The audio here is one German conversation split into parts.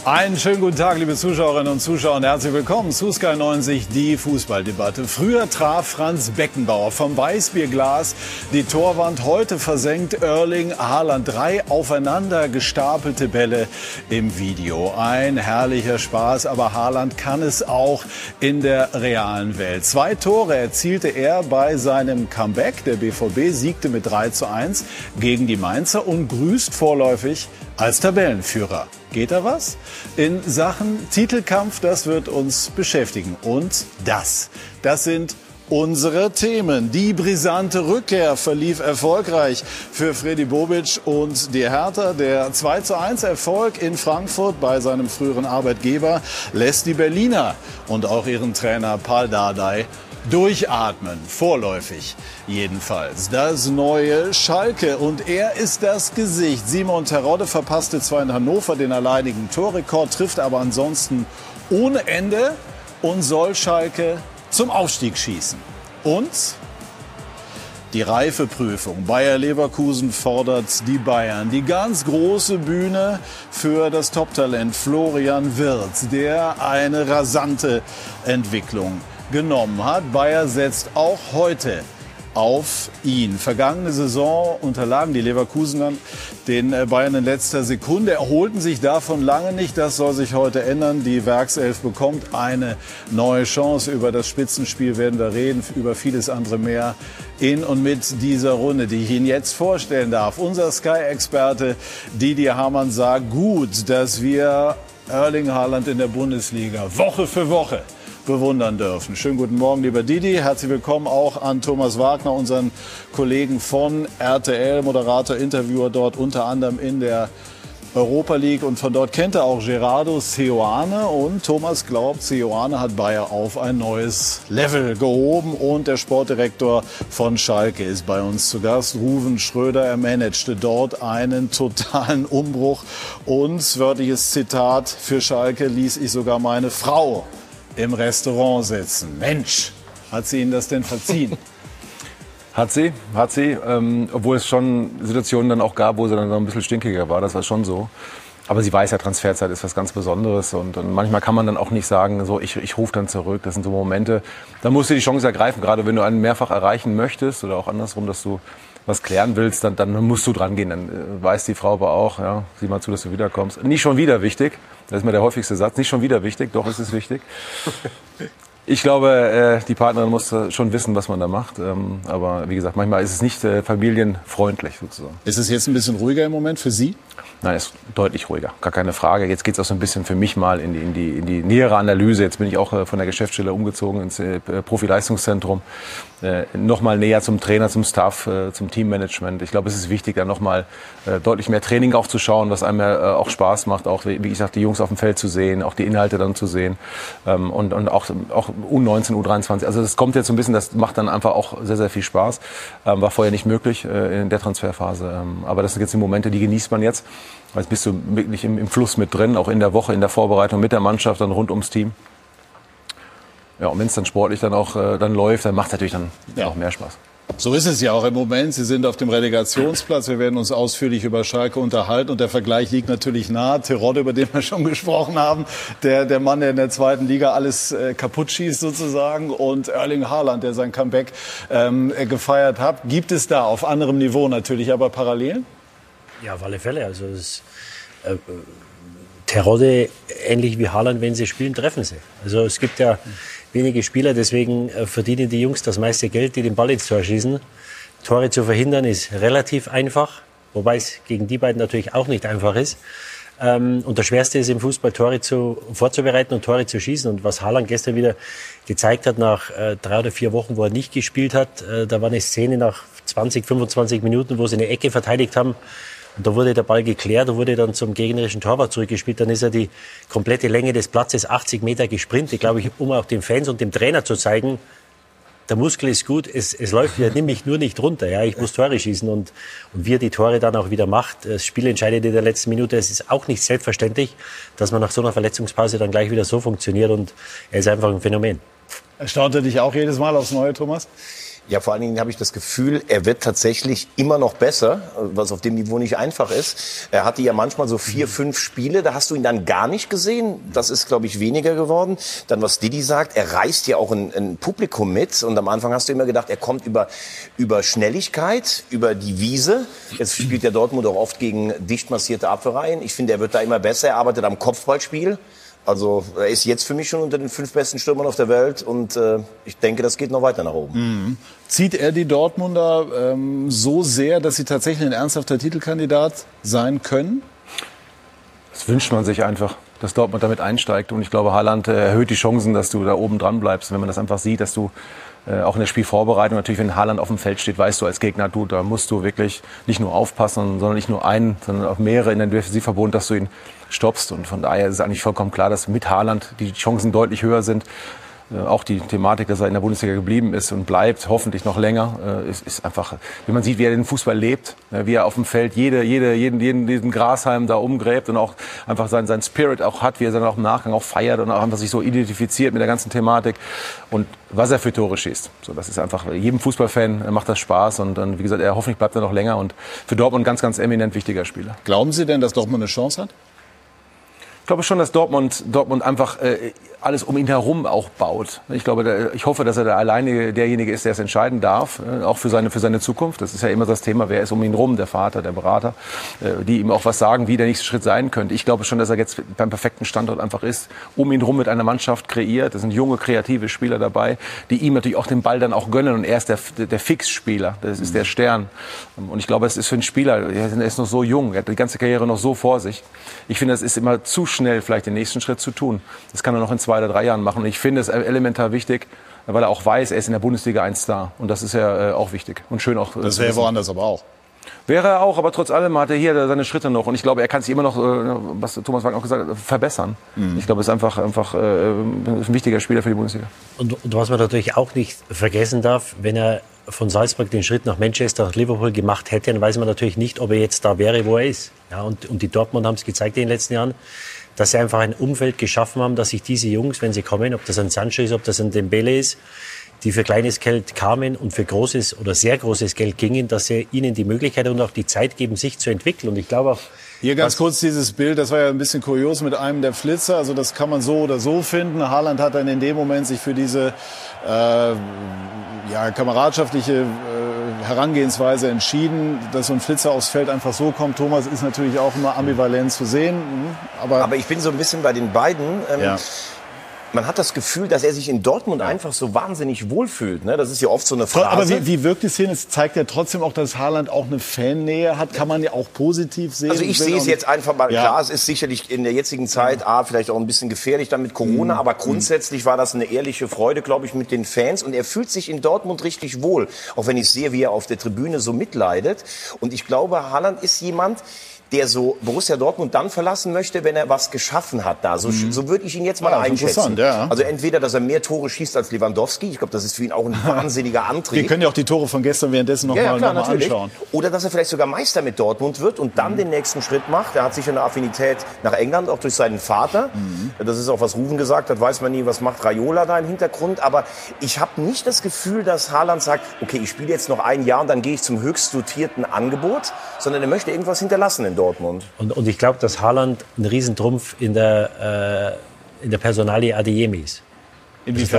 Einen schönen guten Tag, liebe Zuschauerinnen und Zuschauer, und herzlich willkommen zu Sky 90, die Fußballdebatte. Früher traf Franz Beckenbauer vom Weißbierglas die Torwand, heute versenkt Erling Haaland 3 aufeinander gestapelte Bälle im Video. Ein herrlicher Spaß, aber Haaland kann es auch in der realen Welt. 2 Tore erzielte er bei seinem Comeback. Der BVB siegte mit 3:1 gegen die Mainzer und grüßt vorläufig als Tabellenführer. Geht da was? In Sachen Titelkampf, das wird uns beschäftigen. Und das sind unsere Themen. Die brisante Rückkehr verlief erfolgreich für Fredi Bobic und die Hertha. Der 2:1 Erfolg in Frankfurt bei seinem früheren Arbeitgeber lässt die Berliner und auch ihren Trainer Pal Dardai durchatmen, vorläufig jedenfalls. Das neue Schalke, und er ist das Gesicht. Simon Terodde verpasste zwar in Hannover den alleinigen Torrekord, trifft aber ansonsten ohne Ende und soll Schalke zum Aufstieg schießen. Und die Reifeprüfung. Bayer Leverkusen fordert die Bayern. Die ganz große Bühne für das Toptalent Florian Wirtz, der eine rasante Entwicklung genommen hat. Bayer setzt auch heute auf ihn. Vergangene Saison unterlagen die Leverkusener den Bayern in letzter Sekunde, erholten sich davon lange nicht. Das soll sich heute ändern. Die Werkself bekommt eine neue Chance. Über das Spitzenspiel werden wir reden, über vieles andere mehr in und mit dieser Runde, die ich Ihnen jetzt vorstellen darf. Unser Sky-Experte Didier Hamann sagt, gut, dass wir Erling Haaland in der Bundesliga Woche für Woche bewundern dürfen. Schönen guten Morgen, lieber Didi. Herzlich willkommen auch an Thomas Wagner, unseren Kollegen von RTL, Moderator, Interviewer dort unter anderem in der Europa League. Und von dort kennt er auch Gerardo Seoane. Und Thomas glaubt, Seoane hat Bayer auf ein neues Level gehoben. Und der Sportdirektor von Schalke ist bei uns zu Gast, Ruven Schröder. Er managte dort einen totalen Umbruch. Und wörtliches Zitat für Schalke: ließ ich sogar meine Frau im Restaurant sitzen. Mensch, hat sie Ihnen das denn verziehen? Hat sie. Obwohl es schon Situationen dann auch gab, wo sie dann noch ein bisschen stinkiger war, das war schon so. Aber sie weiß ja, Transferzeit ist was ganz Besonderes und manchmal kann man dann auch nicht sagen, so ich rufe dann zurück. Das sind so Momente, da musst du die Chance ergreifen, gerade wenn du einen mehrfach erreichen möchtest oder auch andersrum, dass du was klären willst, dann musst du dran gehen. Dann weiß die Frau aber auch, ja, sieh mal zu, dass du wiederkommst. Nicht schon wieder wichtig, das ist mir der häufigste Satz, nicht schon wieder wichtig, doch ist es wichtig. Ich glaube, die Partnerin muss schon wissen, was man da macht. Aber wie gesagt, manchmal ist es nicht familienfreundlich sozusagen. Ist es jetzt ein bisschen ruhiger im Moment für Sie? Nein, ist deutlich ruhiger, gar keine Frage. Jetzt geht es auch so ein bisschen für mich mal in die nähere Analyse. Jetzt bin ich auch von der Geschäftsstelle umgezogen ins Profileistungszentrum. Nochmal näher zum Trainer, zum Staff, zum Teammanagement. Ich glaube, es ist wichtig, da nochmal deutlich mehr Training auch zu schauen, was einem auch Spaß macht, auch wie gesagt, die Jungs auf dem Feld zu sehen, auch die Inhalte dann zu sehen und auch U19, U23. Also das kommt jetzt so ein bisschen, das macht dann einfach auch sehr, sehr viel Spaß. War vorher nicht möglich in der Transferphase. Aber das sind jetzt die Momente, die genießt man jetzt. Jetzt bist du wirklich im Fluss mit drin, auch in der Woche, in der Vorbereitung mit der Mannschaft, dann rund ums Team. Ja, und wenn es dann sportlich dann auch dann läuft, dann macht es natürlich dann auch mehr Spaß. So ist es ja auch im Moment. Sie sind auf dem Relegationsplatz. Wir werden uns ausführlich über Schalke unterhalten. Und der Vergleich liegt natürlich nahe. Terodde, über den wir schon gesprochen haben, der Mann, der in der zweiten Liga alles kaputt schießt sozusagen. Und Erling Haaland, der sein Comeback gefeiert hat. Gibt es da auf anderem Niveau natürlich aber Parallelen? Ja, auf alle Fälle. Also Terodde, ähnlich wie Haaland, wenn sie spielen, treffen sie. Also es gibt ja wenige Spieler, deswegen verdienen die Jungs das meiste Geld, die den Ball ins Tor schießen. Tore zu verhindern ist relativ einfach, wobei es gegen die beiden natürlich auch nicht einfach ist. Und das Schwerste ist im Fußball, Tore vorzubereiten und Tore zu schießen. Und was Haaland gestern wieder gezeigt hat, nach 3 oder 4 Wochen, wo er nicht gespielt hat, da war eine Szene nach 20, 25 Minuten, wo sie eine Ecke verteidigt haben. Und da wurde der Ball geklärt, da wurde dann zum gegnerischen Torwart zurückgespielt. Dann ist er die komplette Länge des Platzes, 80 Meter gesprintet, glaube ich, um auch den Fans und dem Trainer zu zeigen, der Muskel ist gut, es läuft ja nämlich nur nicht runter. Ja, ich muss Tore schießen und wie er die Tore dann auch wieder macht. Das Spiel entscheidet in der letzten Minute. Es ist auch nicht selbstverständlich, dass man nach so einer Verletzungspause dann gleich wieder so funktioniert und er ist einfach ein Phänomen. Erstaunt er dich auch jedes Mal aufs Neue, Thomas? Ja, vor allen Dingen habe ich das Gefühl, er wird tatsächlich immer noch besser, was auf dem Niveau nicht einfach ist. Er hatte ja manchmal so 4, 5 Spiele, da hast du ihn dann gar nicht gesehen. Das ist, glaube ich, weniger geworden. Dann, was Didi sagt, er reißt ja auch ein Publikum mit. Und am Anfang hast du immer gedacht, er kommt über Schnelligkeit, über die Wiese. Jetzt spielt der Dortmund auch oft gegen dicht massierte Abwehrreihen. Ich finde, er wird da immer besser. Er arbeitet am Kopfballspiel. Also er ist jetzt für mich schon unter den 5 besten Stürmern auf der Welt und ich denke, das geht noch weiter nach oben. Mhm. Zieht er die Dortmunder so sehr, dass sie tatsächlich ein ernsthafter Titelkandidat sein können? Das wünscht man sich einfach, dass Dortmund damit einsteigt. Und ich glaube, Haaland erhöht die Chancen, dass du da oben dran bleibst. Wenn man das einfach sieht, dass du auch in der Spielvorbereitung, natürlich, wenn Haaland auf dem Feld steht, weißt du als Gegner, da musst du wirklich nicht nur aufpassen, sondern nicht nur einen, sondern auch mehrere in den Defensivverbund, dass du ihn stoppst. Und von daher ist es eigentlich vollkommen klar, dass mit Haaland die Chancen deutlich höher sind. Auch die Thematik, dass er in der Bundesliga geblieben ist und bleibt, hoffentlich noch länger, ist einfach, wie man sieht, wie er den Fußball lebt, wie er auf dem Feld jeden Grashalm da umgräbt und auch einfach seinen Spirit auch hat, wie er dann auch im Nachgang auch feiert und auch einfach sich so identifiziert mit der ganzen Thematik und was er für Tore schießt. So, das ist einfach, jedem Fußballfan macht das Spaß und dann, wie gesagt, hoffentlich bleibt er noch länger und für Dortmund ein ganz, ganz eminent wichtiger Spieler. Glauben Sie denn, dass Dortmund eine Chance hat? Ich glaube schon, dass Dortmund einfach alles um ihn herum auch baut. Ich hoffe, dass er da alleine derjenige ist, der es entscheiden darf, auch für seine Zukunft. Das ist ja immer das Thema, wer ist um ihn rum, der Vater, der Berater, die ihm auch was sagen, wie der nächste Schritt sein könnte. Ich glaube schon, dass er jetzt beim perfekten Standort einfach ist, um ihn rum mit einer Mannschaft kreiert. Es sind junge, kreative Spieler dabei, die ihm natürlich auch den Ball dann auch gönnen. Und er ist der Fixspieler, das ist der Stern. Und ich glaube, es ist für einen Spieler, er ist noch so jung, er hat die ganze Karriere noch so vor sich. Ich finde, es ist immer zu schnell, vielleicht den nächsten Schritt zu tun. Das kann er noch in 2 oder 3 Jahren machen. Und ich finde es elementar wichtig, weil er auch weiß, er ist in der Bundesliga ein Star. Und das ist ja auch wichtig. Und schön auch. Das wäre woanders aber auch. Wäre er auch, aber trotz allem hat er hier seine Schritte noch. Und ich glaube, er kann sich immer noch, was Thomas Wagner auch gesagt hat, verbessern. Mhm. Ich glaube, es ist einfach ein wichtiger Spieler für die Bundesliga. Und was man natürlich auch nicht vergessen darf, wenn er von Salzburg den Schritt nach Manchester, nach Liverpool gemacht hätte, dann weiß man natürlich nicht, ob er jetzt da wäre, wo er ist. Ja, und die Dortmund haben es gezeigt in den letzten Jahren, dass sie einfach ein Umfeld geschaffen haben, dass sich diese Jungs, wenn sie kommen, ob das ein Sancho ist, ob das ein Dembele ist, die für kleines Geld kamen und für großes oder sehr großes Geld gingen, dass sie ihnen die Möglichkeit und auch die Zeit geben, sich zu entwickeln. Und ich glaube auch, hier ganz kurz dieses Bild, das war ja ein bisschen kurios mit einem der Flitzer, also das kann man so oder so finden. Haaland hat dann in dem Moment sich für diese kameradschaftliche Herangehensweise entschieden, dass so ein Flitzer aufs Feld einfach so kommt. Thomas, ist natürlich auch immer ambivalent zu sehen. Aber ich bin so ein bisschen bei den beiden. Man hat das Gefühl, dass er sich in Dortmund einfach so wahnsinnig wohlfühlt. Ne? Das ist ja oft so eine Phrase. Aber wie wirkt die Szene? Es zeigt ja trotzdem auch, dass Haaland auch eine Fannähe hat. Kann man ja auch positiv sehen. Also ich sehe es jetzt einfach mal. Ja. Klar, es ist sicherlich in der jetzigen Zeit vielleicht auch ein bisschen gefährlich dann mit Corona. Aber grundsätzlich war das eine ehrliche Freude, glaube ich, mit den Fans. Und er fühlt sich in Dortmund richtig wohl. Auch wenn ich sehe, wie er auf der Tribüne so mitleidet. Und ich glaube, Haaland ist jemand, der so Borussia Dortmund dann verlassen möchte, wenn er was geschaffen hat da. So würde ich ihn jetzt mal einschätzen. Ja. Also entweder, dass er mehr Tore schießt als Lewandowski. Ich glaube, das ist für ihn auch ein wahnsinniger Antrieb. Wir können ja auch die Tore von gestern währenddessen noch mal anschauen. Oder dass er vielleicht sogar Meister mit Dortmund wird und dann den nächsten Schritt macht. Er hat sicher eine Affinität nach England, auch durch seinen Vater. Das ist auch, was Ruven gesagt hat. Weiß man nie, was macht Raiola da im Hintergrund. Aber ich habe nicht das Gefühl, dass Haaland sagt, okay, ich spiele jetzt noch ein Jahr und dann gehe ich zum höchst dotierten Angebot. Sondern er möchte irgendwas hinterlassen in Dortmund. Und ich glaube, dass Haaland ein Riesentrumpf in der Personalie Adeyemi ist. Inwiefern?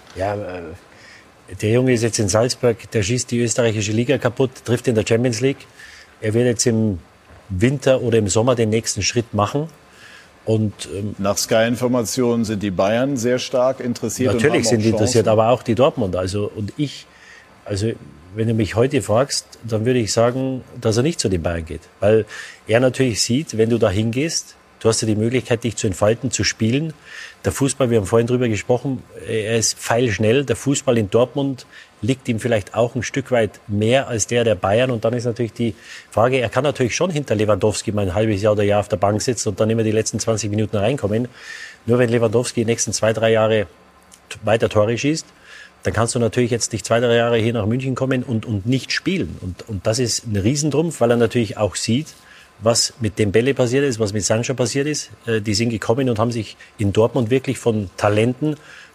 Der Junge ist jetzt in Salzburg, der schießt die österreichische Liga kaputt, trifft in der Champions League. Er wird jetzt im Winter oder im Sommer den nächsten Schritt machen. Und nach Sky-Informationen sind die Bayern sehr stark interessiert. Natürlich sind die interessiert, aber auch die Dortmunder. Also wenn du mich heute fragst, dann würde ich sagen, dass er nicht zu den Bayern geht. Weil er natürlich sieht, wenn du da hingehst, du hast ja die Möglichkeit, dich zu entfalten, zu spielen. Der Fußball, wir haben vorhin drüber gesprochen, er ist pfeilschnell. Der Fußball in Dortmund liegt ihm vielleicht auch ein Stück weit mehr als der Bayern. Und dann ist natürlich die Frage, er kann natürlich schon hinter Lewandowski mal ein halbes Jahr oder Jahr auf der Bank sitzen und dann immer die letzten 20 Minuten reinkommen. Nur wenn Lewandowski die nächsten 2-3 Jahre weiter Tore schießt, dann kannst du natürlich jetzt nicht 2-3 Jahre hier nach München kommen und nicht spielen. Und das ist ein Riesentrumpf, weil er natürlich auch sieht, was mit Dembele passiert ist, was mit Sancho passiert ist. Die sind gekommen und haben sich in Dortmund wirklich von Talenten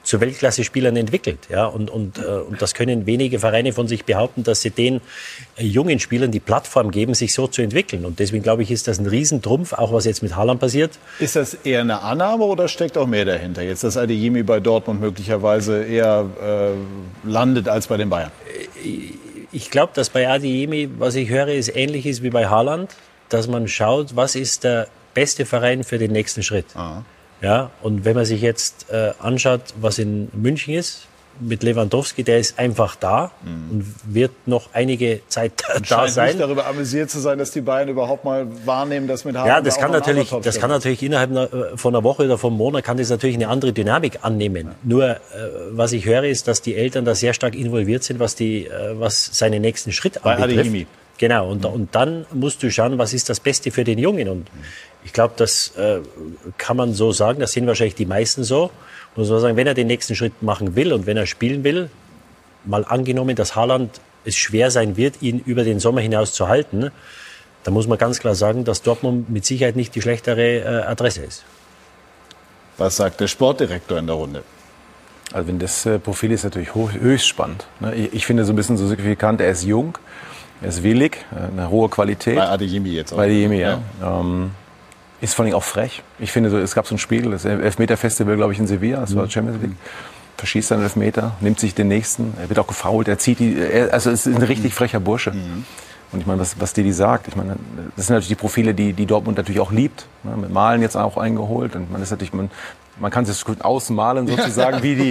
zu Weltklasse-Spielern entwickelt. Ja? Und das können wenige Vereine von sich behaupten, dass sie den jungen Spielern die Plattform geben, sich so zu entwickeln. Und deswegen, glaube ich, ist das ein Riesentrumpf, auch was jetzt mit Haaland passiert. Ist das eher eine Annahme oder steckt auch mehr dahinter? Jetzt, dass Adeyemi bei Dortmund möglicherweise eher landet als bei den Bayern? Ich glaube, dass bei Adeyemi, was ich höre, ist ähnlich ist wie bei Haaland, dass man schaut, was ist der beste Verein für den nächsten Schritt. Aha. Ja, und wenn man sich jetzt anschaut, was in München ist, mit Lewandowski, der ist einfach da und wird noch einige Zeit da sein. Nicht darüber amüsiert zu sein, dass die Bayern überhaupt mal wahrnehmen, dass mit Haaland ja, das kann natürlich innerhalb von einer Woche oder von einem Monat kann das natürlich eine andere Dynamik annehmen. Nur was ich höre, ist, dass die Eltern da sehr stark involviert sind, was seinen nächsten Schritt anbetrifft. Genau, und dann musst du schauen, was ist das Beste für den Jungen. Und ich glaube, das kann man so sagen, das sind wahrscheinlich die meisten so. Muss man sagen, wenn er den nächsten Schritt machen will und wenn er spielen will, mal angenommen, dass Haaland es schwer sein wird, ihn über den Sommer hinaus zu halten, dann muss man ganz klar sagen, dass Dortmund mit Sicherheit nicht die schlechtere Adresse ist. Was sagt der Sportdirektor in der Runde? Also wenn das Profil ist natürlich höchst spannend. Ich finde so ein bisschen so signifikant, er ist jung, er ist willig, eine hohe Qualität. Bei Adeyemi jetzt auch. Bei Adeyemi, ja. Ist vor allem auch frech. Ich finde, es gab so ein Spiel, das Elfmeter-Festival, glaube ich, in Sevilla, das war Champions League. Verschießt einen Elfmeter, nimmt sich den nächsten, er wird auch gefoult, also es ist ein richtig frecher Bursche. Und ich meine, was Didi sagt, ich meine, das sind natürlich die Profile, die Dortmund natürlich auch liebt. Mit Malen jetzt auch eingeholt. Und man ist natürlich, man kann sich gut ausmalen sozusagen, wie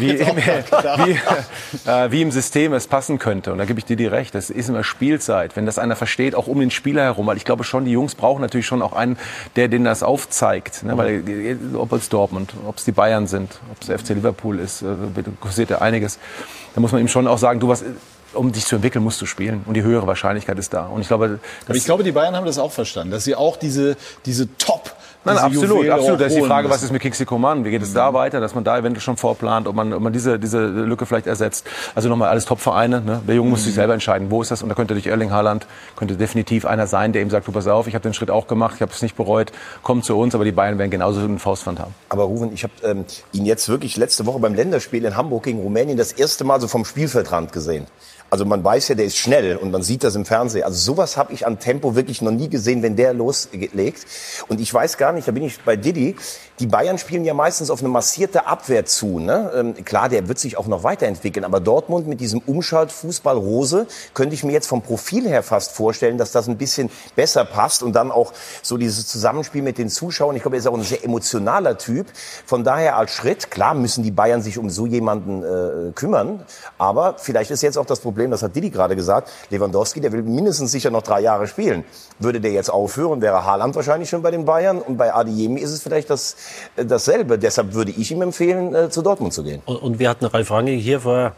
im System es passen könnte. Und da gebe ich Didi recht, das ist immer Spielzeit. Wenn das einer versteht, auch um den Spieler herum. Weil ich glaube schon, die Jungs brauchen natürlich schon auch einen, der denen das aufzeigt. Ne? Weil, ob es Dortmund, ob es die Bayern sind, ob es der FC Liverpool ist, kursiert ja einiges. Da muss man ihm schon auch sagen, um dich zu entwickeln, musst du spielen. Und die höhere Wahrscheinlichkeit ist da. Und ich glaube, die Bayern haben das auch verstanden, dass sie auch diese Top. Nein, absolut. Da ist die Frage, was ist mit Kingsley Coman? Wie geht es da weiter? Dass man da eventuell schon vorplant, ob man diese Lücke vielleicht ersetzt. Also nochmal alles Top-Vereine. Ne? Der Junge muss sich selber entscheiden, wo ist das? Und da könnte durch Erling Haaland definitiv einer sein, der ihm sagt, du pass auf, ich habe den Schritt auch gemacht, ich habe es nicht bereut, komm zu uns. Aber die Bayern werden genauso einen Faustpfand haben. Aber Ruven, ich habe ihn jetzt wirklich letzte Woche beim Länderspiel in Hamburg gegen Rumänien das erste Mal so vom Spielfeldrand gesehen. Also man weiß ja, der ist schnell und man sieht das im Fernsehen. Also sowas habe ich an Tempo wirklich noch nie gesehen, wenn der loslegt. Und ich weiß gar nicht, da bin ich bei Didi, die Bayern spielen ja meistens auf eine massierte Abwehr zu. Ne? Klar, der wird sich auch noch weiterentwickeln. Aber Dortmund mit diesem Umschaltfußball Rose könnte ich mir jetzt vom Profil her fast vorstellen, dass das ein bisschen besser passt. Und dann auch so dieses Zusammenspiel mit den Zuschauern. Ich glaube, er ist auch ein sehr emotionaler Typ. Von daher als Schritt, klar müssen die Bayern sich um so jemanden kümmern. Aber vielleicht ist jetzt auch das Problem, das hat Didi gerade gesagt, Lewandowski, der will mindestens sicher noch 3 Jahre spielen. Würde der jetzt aufhören, wäre Haaland wahrscheinlich schon bei den Bayern. Und bei Adeyemi ist es vielleicht dasselbe. Deshalb würde ich ihm empfehlen, zu Dortmund zu gehen. Und wir hatten Ralf Rangnick hier vor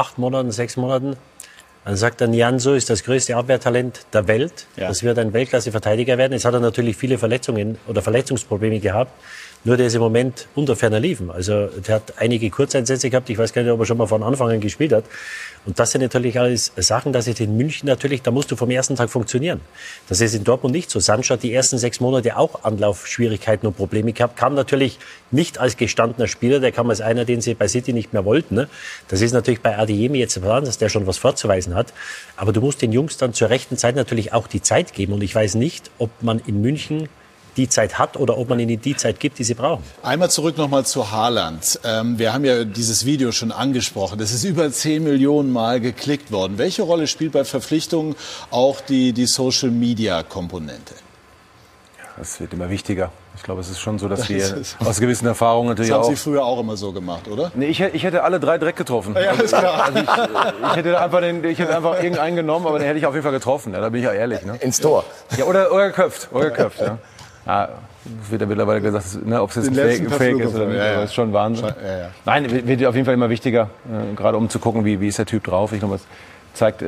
6 Monaten. Dann sagt er, Nianzo ist das größte Abwehrtalent der Welt. Ja. Das wird ein Weltklasse-Verteidiger werden. Jetzt hat er natürlich viele Verletzungen oder Verletzungsprobleme gehabt. Nur der ist im Moment unter ferner Liefen. Also der hat einige Kurzeinsätze gehabt. Ich weiß gar nicht, ob er schon mal von Anfang an gespielt hat. Und das sind natürlich alles Sachen, dass jetzt in München natürlich, da musst du vom ersten Tag funktionieren. Das ist in Dortmund nicht so. Sancho hat die ersten 6 Monate auch Anlaufschwierigkeiten und Probleme gehabt. Kam natürlich nicht als gestandener Spieler, der kam als einer, den sie bei City nicht mehr wollten. Ne? Das ist natürlich bei Adeyemi jetzt was anderes, der schon was vorzuweisen hat. Aber du musst den Jungs dann zur rechten Zeit natürlich auch die Zeit geben. Und ich weiß nicht, ob man in München die Zeit hat oder ob man ihnen die Zeit gibt, die sie brauchen. Einmal zurück nochmal zu Haaland. Wir haben ja dieses Video schon angesprochen. Das ist über 10 Millionen Mal geklickt worden. Welche Rolle spielt bei Verpflichtungen auch die Social-Media-Komponente? Das wird immer wichtiger. Ich glaube, es ist schon so, dass wir aus gewissen Erfahrungen natürlich auch... Das haben Sie früher auch immer so gemacht, oder? Nee, ich hätte alle 3 direkt getroffen. Ja, ist klar. Also ich hätte einfach irgendeinen genommen, aber den hätte ich auf jeden Fall getroffen. Ja, da bin ich ja ehrlich. Ne? Ins Tor. Ja, oder geköpft. Ja. Ja, wird ja mittlerweile gesagt, ne, ob es jetzt ein Fake ist oder nicht, aber das ist schon Wahnsinn. Ja. Nein, wird auf jeden Fall immer wichtiger, gerade um zu gucken, wie ist der Typ drauf. Ich glaube, es zeigt...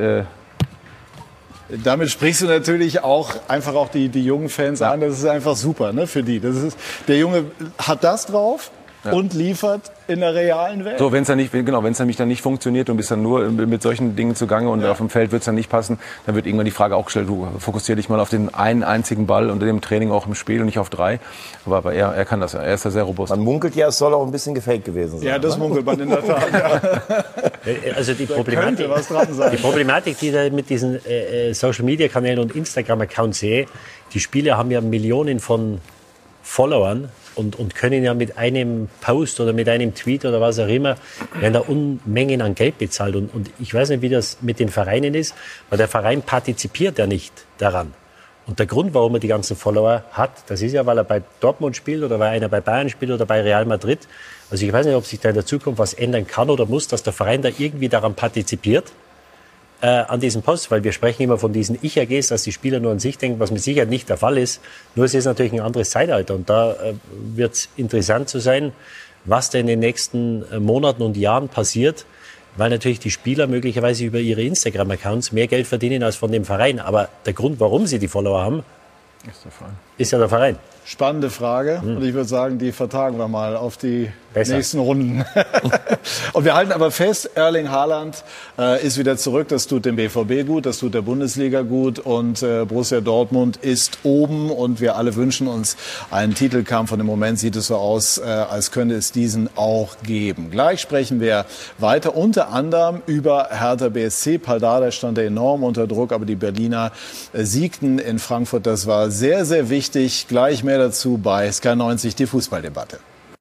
Damit sprichst du natürlich auch einfach die jungen Fans an. Das ist einfach super, ne, für die. Der Junge hat das drauf und liefert in der realen Welt. So, wenn es dann nämlich dann nicht funktioniert und bist dann nur mit solchen Dingen zugange und auf dem Feld wird es dann nicht passen, dann wird irgendwann die Frage auch gestellt, du fokussier dich mal auf den einen einzigen Ball und im Training auch im Spiel und nicht auf 3. Aber er kann das, er ist da sehr robust. Man munkelt ja, es soll auch ein bisschen gefaked gewesen sein. Ja, das munkelt man in der Tat. Ja. Also die Problematik, die ich mit diesen Social-Media-Kanälen und Instagram-Accounts sehe, die Spieler haben ja Millionen von Followern und können ja mit einem Post oder mit einem Tweet oder was auch immer, werden da Unmengen an Geld bezahlt. Und ich weiß nicht, wie das mit den Vereinen ist, weil der Verein partizipiert ja nicht daran. Und der Grund, warum er die ganzen Follower hat, das ist ja, weil er bei Dortmund spielt oder weil einer bei Bayern spielt oder bei Real Madrid. Also ich weiß nicht, ob sich da in der Zukunft was ändern kann oder muss, dass der Verein da irgendwie daran partizipiert, an diesem Post, weil wir sprechen immer von diesen Ich-AGs, dass die Spieler nur an sich denken, was mit Sicherheit nicht der Fall ist. Nur es ist natürlich ein anderes Zeitalter und da wird es interessant zu sein, was da in den nächsten Monaten und Jahren passiert, weil natürlich die Spieler möglicherweise über ihre Instagram-Accounts mehr Geld verdienen als von dem Verein. Aber der Grund, warum sie die Follower haben, ist ja der Verein. Spannende Frage. Und ich würde sagen, die vertagen wir mal auf die nächsten Runden. Und wir halten aber fest, Erling Haaland ist wieder zurück. Das tut dem BVB gut, das tut der Bundesliga gut. Und Borussia Dortmund ist oben. Und wir alle wünschen uns einen Titelkampf. Und im Moment sieht es so aus, als könnte es diesen auch geben. Gleich sprechen wir weiter, unter anderem über Hertha BSC. Paldada stand enorm unter Druck, aber die Berliner siegten in Frankfurt. Das war sehr, sehr wichtig. Gleich mehr dazu bei Sky90, die Fußballdebatte.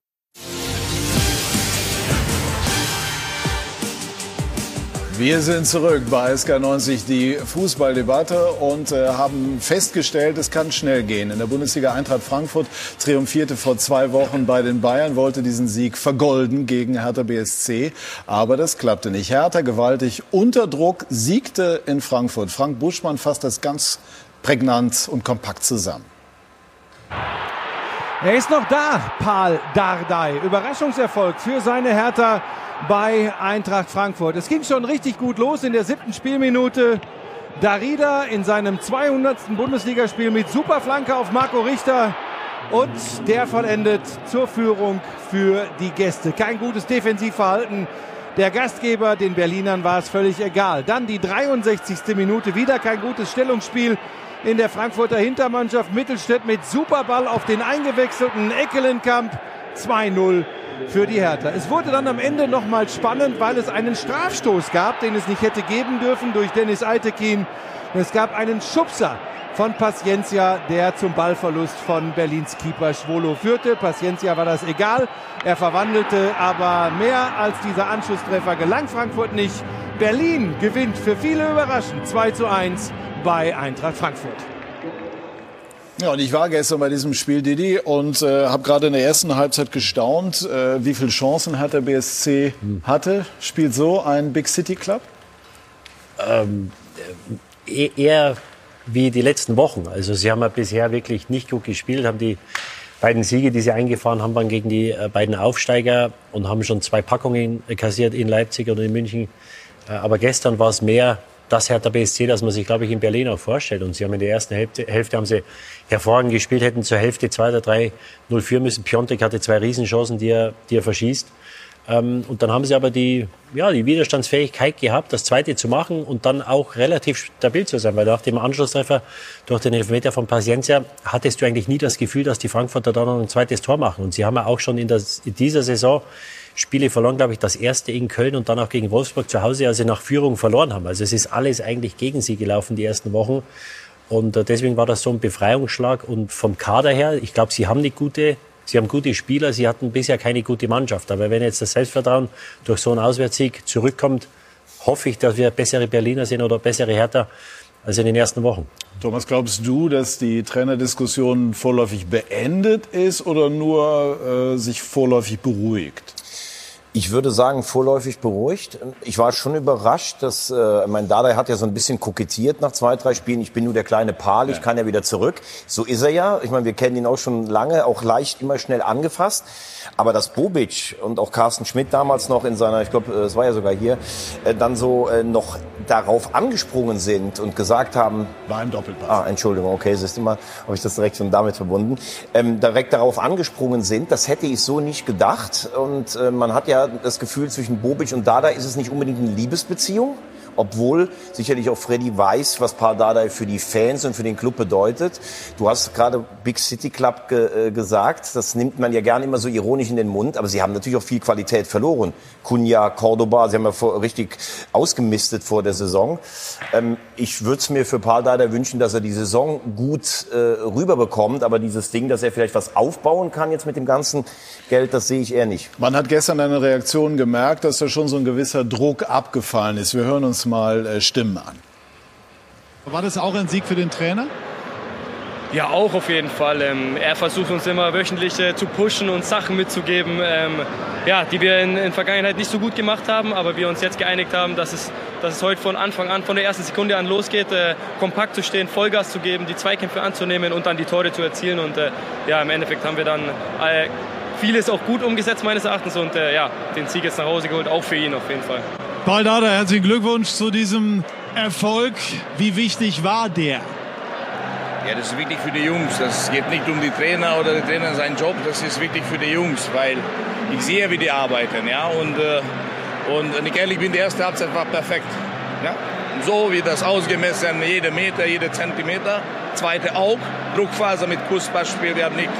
Wir sind zurück bei Sky90, die Fußballdebatte und haben festgestellt, es kann schnell gehen. In der Bundesliga Eintracht Frankfurt triumphierte vor 2 Wochen bei den Bayern, wollte diesen Sieg vergolden gegen Hertha BSC, aber das klappte nicht. Hertha gewaltig unter Druck, siegte in Frankfurt. Frank Buschmann fasst das ganz prägnant und kompakt zusammen. Er ist noch da, Pal Dardai. Überraschungserfolg für seine Hertha bei Eintracht Frankfurt. Es ging schon richtig gut los in der 7. Spielminute. Darida in seinem 200. Bundesligaspiel mit Superflanke auf Marco Richter. Und der vollendet zur Führung für die Gäste. Kein gutes Defensivverhalten der Gastgeber. Den Berlinern war es völlig egal. Dann die 63. Minute. Wieder kein gutes Stellungsspiel in der Frankfurter Hintermannschaft. Mittelstädt mit Superball auf den eingewechselten Eckelenkamp. 2-0 für die Hertha. Es wurde dann am Ende noch mal spannend, weil es einen Strafstoß gab, den es nicht hätte geben dürfen durch Dennis Eitekin. Es gab einen Schubser von Paciencia, der zum Ballverlust von Berlins Keeper Schwolo führte. Paciencia war das egal. Er verwandelte, aber mehr als dieser Anschlusstreffer gelang Frankfurt nicht. Berlin gewinnt für viele überraschend 2-1 bei Eintracht Frankfurt. Ja, und ich war gestern bei diesem Spiel, Didi, und habe gerade in der ersten Halbzeit gestaunt, wie viele Chancen Hertha BSC hatte. Spielt so ein Big City Club? Eher wie die letzten Wochen. Also sie haben ja bisher wirklich nicht gut gespielt, haben die beiden Siege, die sie eingefahren haben, waren gegen die beiden Aufsteiger und haben schon 2 Packungen kassiert in Leipzig oder in München. Aber gestern war es mehr das Hertha BSC, das man sich, glaube ich, in Berlin auch vorstellt. Und sie haben in der ersten Hälfte haben sie hervorragend gespielt, hätten zur Hälfte 2 oder 3-0 führen müssen. Piontek hatte 2 Riesenchancen, die er verschießt. Und dann haben sie aber die Widerstandsfähigkeit gehabt, das zweite zu machen und dann auch relativ stabil zu sein. Weil nach dem Anschlusstreffer durch den Elfmeter von Paciencia hattest du eigentlich nie das Gefühl, dass die Frankfurter da noch ein zweites Tor machen. Und sie haben ja auch schon in dieser Saison Spiele verloren, glaube ich, das erste in Köln und dann auch gegen Wolfsburg zu Hause, als sie nach Führung verloren haben. Also es ist alles eigentlich gegen sie gelaufen, die ersten Wochen. Und deswegen war das so ein Befreiungsschlag. Und vom Kader her, ich glaube, sie haben gute Spieler, sie hatten bisher keine gute Mannschaft. Aber wenn jetzt das Selbstvertrauen durch so einen Auswärtssieg zurückkommt, hoffe ich, dass wir bessere Berliner sind oder bessere Hertha als in den ersten Wochen. Thomas, glaubst du, dass die Trainerdiskussion vorläufig beendet ist oder nur sich vorläufig beruhigt? Ich würde sagen, vorläufig beruhigt. Ich war schon überrascht, dass mein Dardai hat ja so ein bisschen kokettiert nach 2, 3 Spielen. Ich bin nur der kleine Pal, ich kann ja wieder zurück. So ist er ja. Ich meine, wir kennen ihn auch schon lange, auch leicht immer schnell angefasst. Aber dass Bobic und auch Carsten Schmidt damals noch in seiner, ich glaube, es war ja sogar hier, dann so noch darauf angesprungen sind und gesagt haben... War im Doppelpass. Entschuldigung, okay, siehst du mal, habe ich das direkt schon damit verbunden. Direkt darauf angesprungen sind, das hätte ich so nicht gedacht. Und man hat ja das Gefühl, zwischen Bobic und Dardai ist es nicht unbedingt eine Liebesbeziehung. Obwohl sicherlich auch Freddy weiß, was Pal Dardai für die Fans und für den Club bedeutet. Du hast gerade Big City Club gesagt. Das nimmt man ja gerne immer so ironisch in den Mund. Aber sie haben natürlich auch viel Qualität verloren. Cunha, Cordoba, sie haben ja richtig ausgemistet vor der Saison. Ich würde es mir für Pal Dardai wünschen, dass er die Saison gut rüberbekommt. Aber dieses Ding, dass er vielleicht was aufbauen kann jetzt mit dem ganzen Geld, das sehe ich eher nicht. Man hat gestern eine Reaktion gemerkt, dass da schon so ein gewisser Druck abgefallen ist. Wir hören uns mal Stimmen an. War das auch ein Sieg für den Trainer? Ja, auch auf jeden Fall. Er versucht uns immer wöchentlich zu pushen und Sachen mitzugeben, die wir in der Vergangenheit nicht so gut gemacht haben, aber wir uns jetzt geeinigt haben, dass es heute von Anfang an, von der ersten Sekunde an losgeht, kompakt zu stehen, Vollgas zu geben, die Zweikämpfe anzunehmen und dann die Tore zu erzielen. Und im Endeffekt haben wir dann vieles auch gut umgesetzt meines Erachtens und den Sieg jetzt nach Hause geholt, auch für ihn auf jeden Fall. Pal Dardai, herzlichen Glückwunsch zu diesem Erfolg. Wie wichtig war der? Ja, das ist wichtig für die Jungs. Das geht nicht um die Trainer oder der Trainer seinen Job. Das ist wichtig für die Jungs, weil ich sehe, wie die arbeiten. Ja? Und wenn ich ehrlich bin, die erste Halbzeit war perfekt. Ja? So wie das ausgemessen, jeder Meter, jeder Zentimeter. Zweite auch. Druckphase mit Kusspassspiel. Wir haben nicht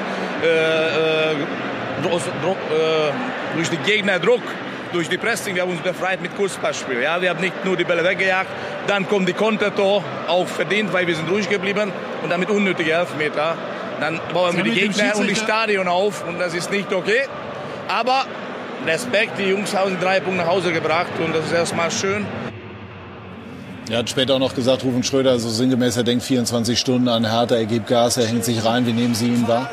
durch den Gegner Druck. Durch die Pressing, wir haben uns befreit mit Kurzpassspiel. Ja, wir haben nicht nur die Bälle weggejagt, dann kommt die Kontertor, auch verdient, weil wir sind ruhig geblieben und damit unnötige Elfmeter. Dann bauen wir die Gegner und die Stadion auf und das ist nicht okay. Aber Respekt, die Jungs haben 3 Punkte nach Hause gebracht und das ist erstmal schön. Er hat später auch noch gesagt, Rufen Schröder, so sinngemäß, er denkt 24 Stunden an Hertha, er gibt Gas, er hängt sich rein. Wie nehmen Sie ihn wahr?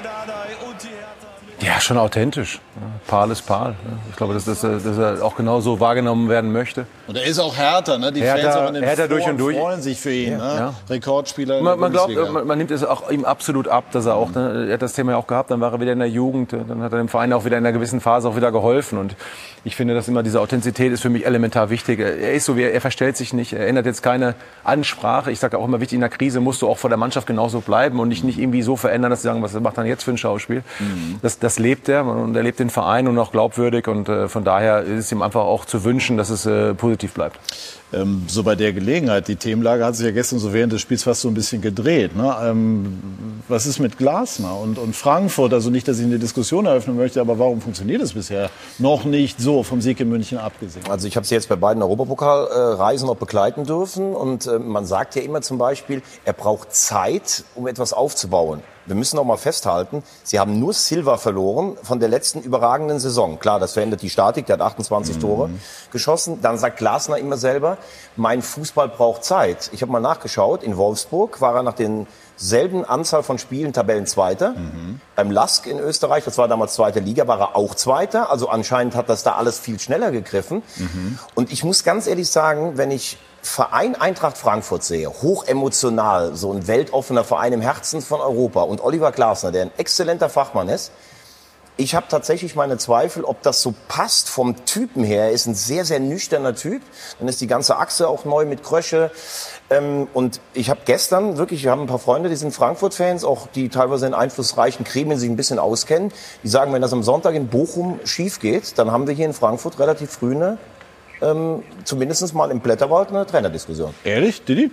Ja, schon authentisch. Pal ist Pal. Ich glaube, dass er auch genau so wahrgenommen werden möchte. Und er ist auch Hertha, ne? Die Fans auch in den Hertha durch und durch. Freuen sich für ihn. Ja. Ne? Ja. Rekordspieler. Man glaubt, man nimmt es auch ihm absolut ab, dass er auch, er hat das Thema ja auch gehabt, dann war er wieder in der Jugend, dann hat er dem Verein auch wieder in einer gewissen Phase auch wieder geholfen. Und ich finde, dass immer diese Authentizität ist für mich elementar wichtig. Er ist so, wie er verstellt sich nicht, er ändert jetzt keine Ansprache. Ich sage auch immer wichtig, in der Krise musst du auch vor der Mannschaft genauso bleiben und nicht irgendwie so verändern, dass sie sagen, was macht er jetzt für ein Schauspiel. Mhm. Das lebt er und er lebt den Verein und auch glaubwürdig und von daher ist es ihm einfach auch zu wünschen, dass es positiv bleibt. So bei der Gelegenheit, die Themenlage hat sich ja gestern so während des Spiels fast so ein bisschen gedreht. Ne? Was ist mit Glasner und Frankfurt? Also nicht, dass ich eine Diskussion eröffnen möchte, aber warum funktioniert es bisher noch nicht so, vom Sieg in München abgesehen? Also ich habe sie jetzt bei beiden Europapokalreisen noch begleiten dürfen und man sagt ja immer zum Beispiel, er braucht Zeit, um etwas aufzubauen. Wir müssen auch mal festhalten, sie haben nur Silva verloren von der letzten überragenden Saison. Klar, das verändert die Statik, der hat 28 Tore geschossen. Dann sagt Glasner immer selber, mein Fußball braucht Zeit. Ich habe mal nachgeschaut, in Wolfsburg war er nach denselben Anzahl von Spielen Tabellenzweiter. Beim LASK in Österreich, das war damals 2. Liga, war er auch Zweiter. Also anscheinend hat das da alles viel schneller gegriffen. Und ich muss ganz ehrlich sagen, wenn ich Verein Eintracht Frankfurt sehe, hochemotional, so ein weltoffener Verein im Herzen von Europa und Oliver Glasner, der ein exzellenter Fachmann ist, ich habe tatsächlich meine Zweifel, ob das so passt vom Typen her. Er ist ein sehr, sehr nüchterner Typ. Dann ist die ganze Achse auch neu mit Krösche. Und ich habe gestern wirklich, wir haben ein paar Freunde, die sind Frankfurt-Fans, auch die teilweise in einflussreichen Gremien sich ein bisschen auskennen. Die sagen, wenn das am Sonntag in Bochum schief geht, dann haben wir hier in Frankfurt relativ früh zumindest mal im Blätterwald eine Trainerdiskussion. Ehrlich, Didi?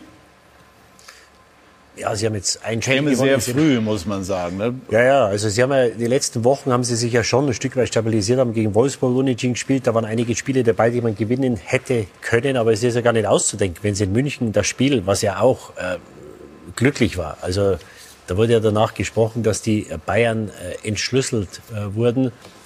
Ja, sie haben jetzt ein Spiel gewonnen. Sehr früh, muss man sagen. Ne? Ja, also sie haben ja, die letzten Wochen haben sie sich ja schon ein Stück weit stabilisiert, haben gegen Wolfsburg unentschieden gespielt. Da waren einige Spiele dabei, die man gewinnen hätte können, aber es ist ja gar nicht auszudenken, wenn sie in München das Spiel, was ja auch glücklich war. Also da wurde ja danach gesprochen, dass die Bayern entschlüsselt wurden.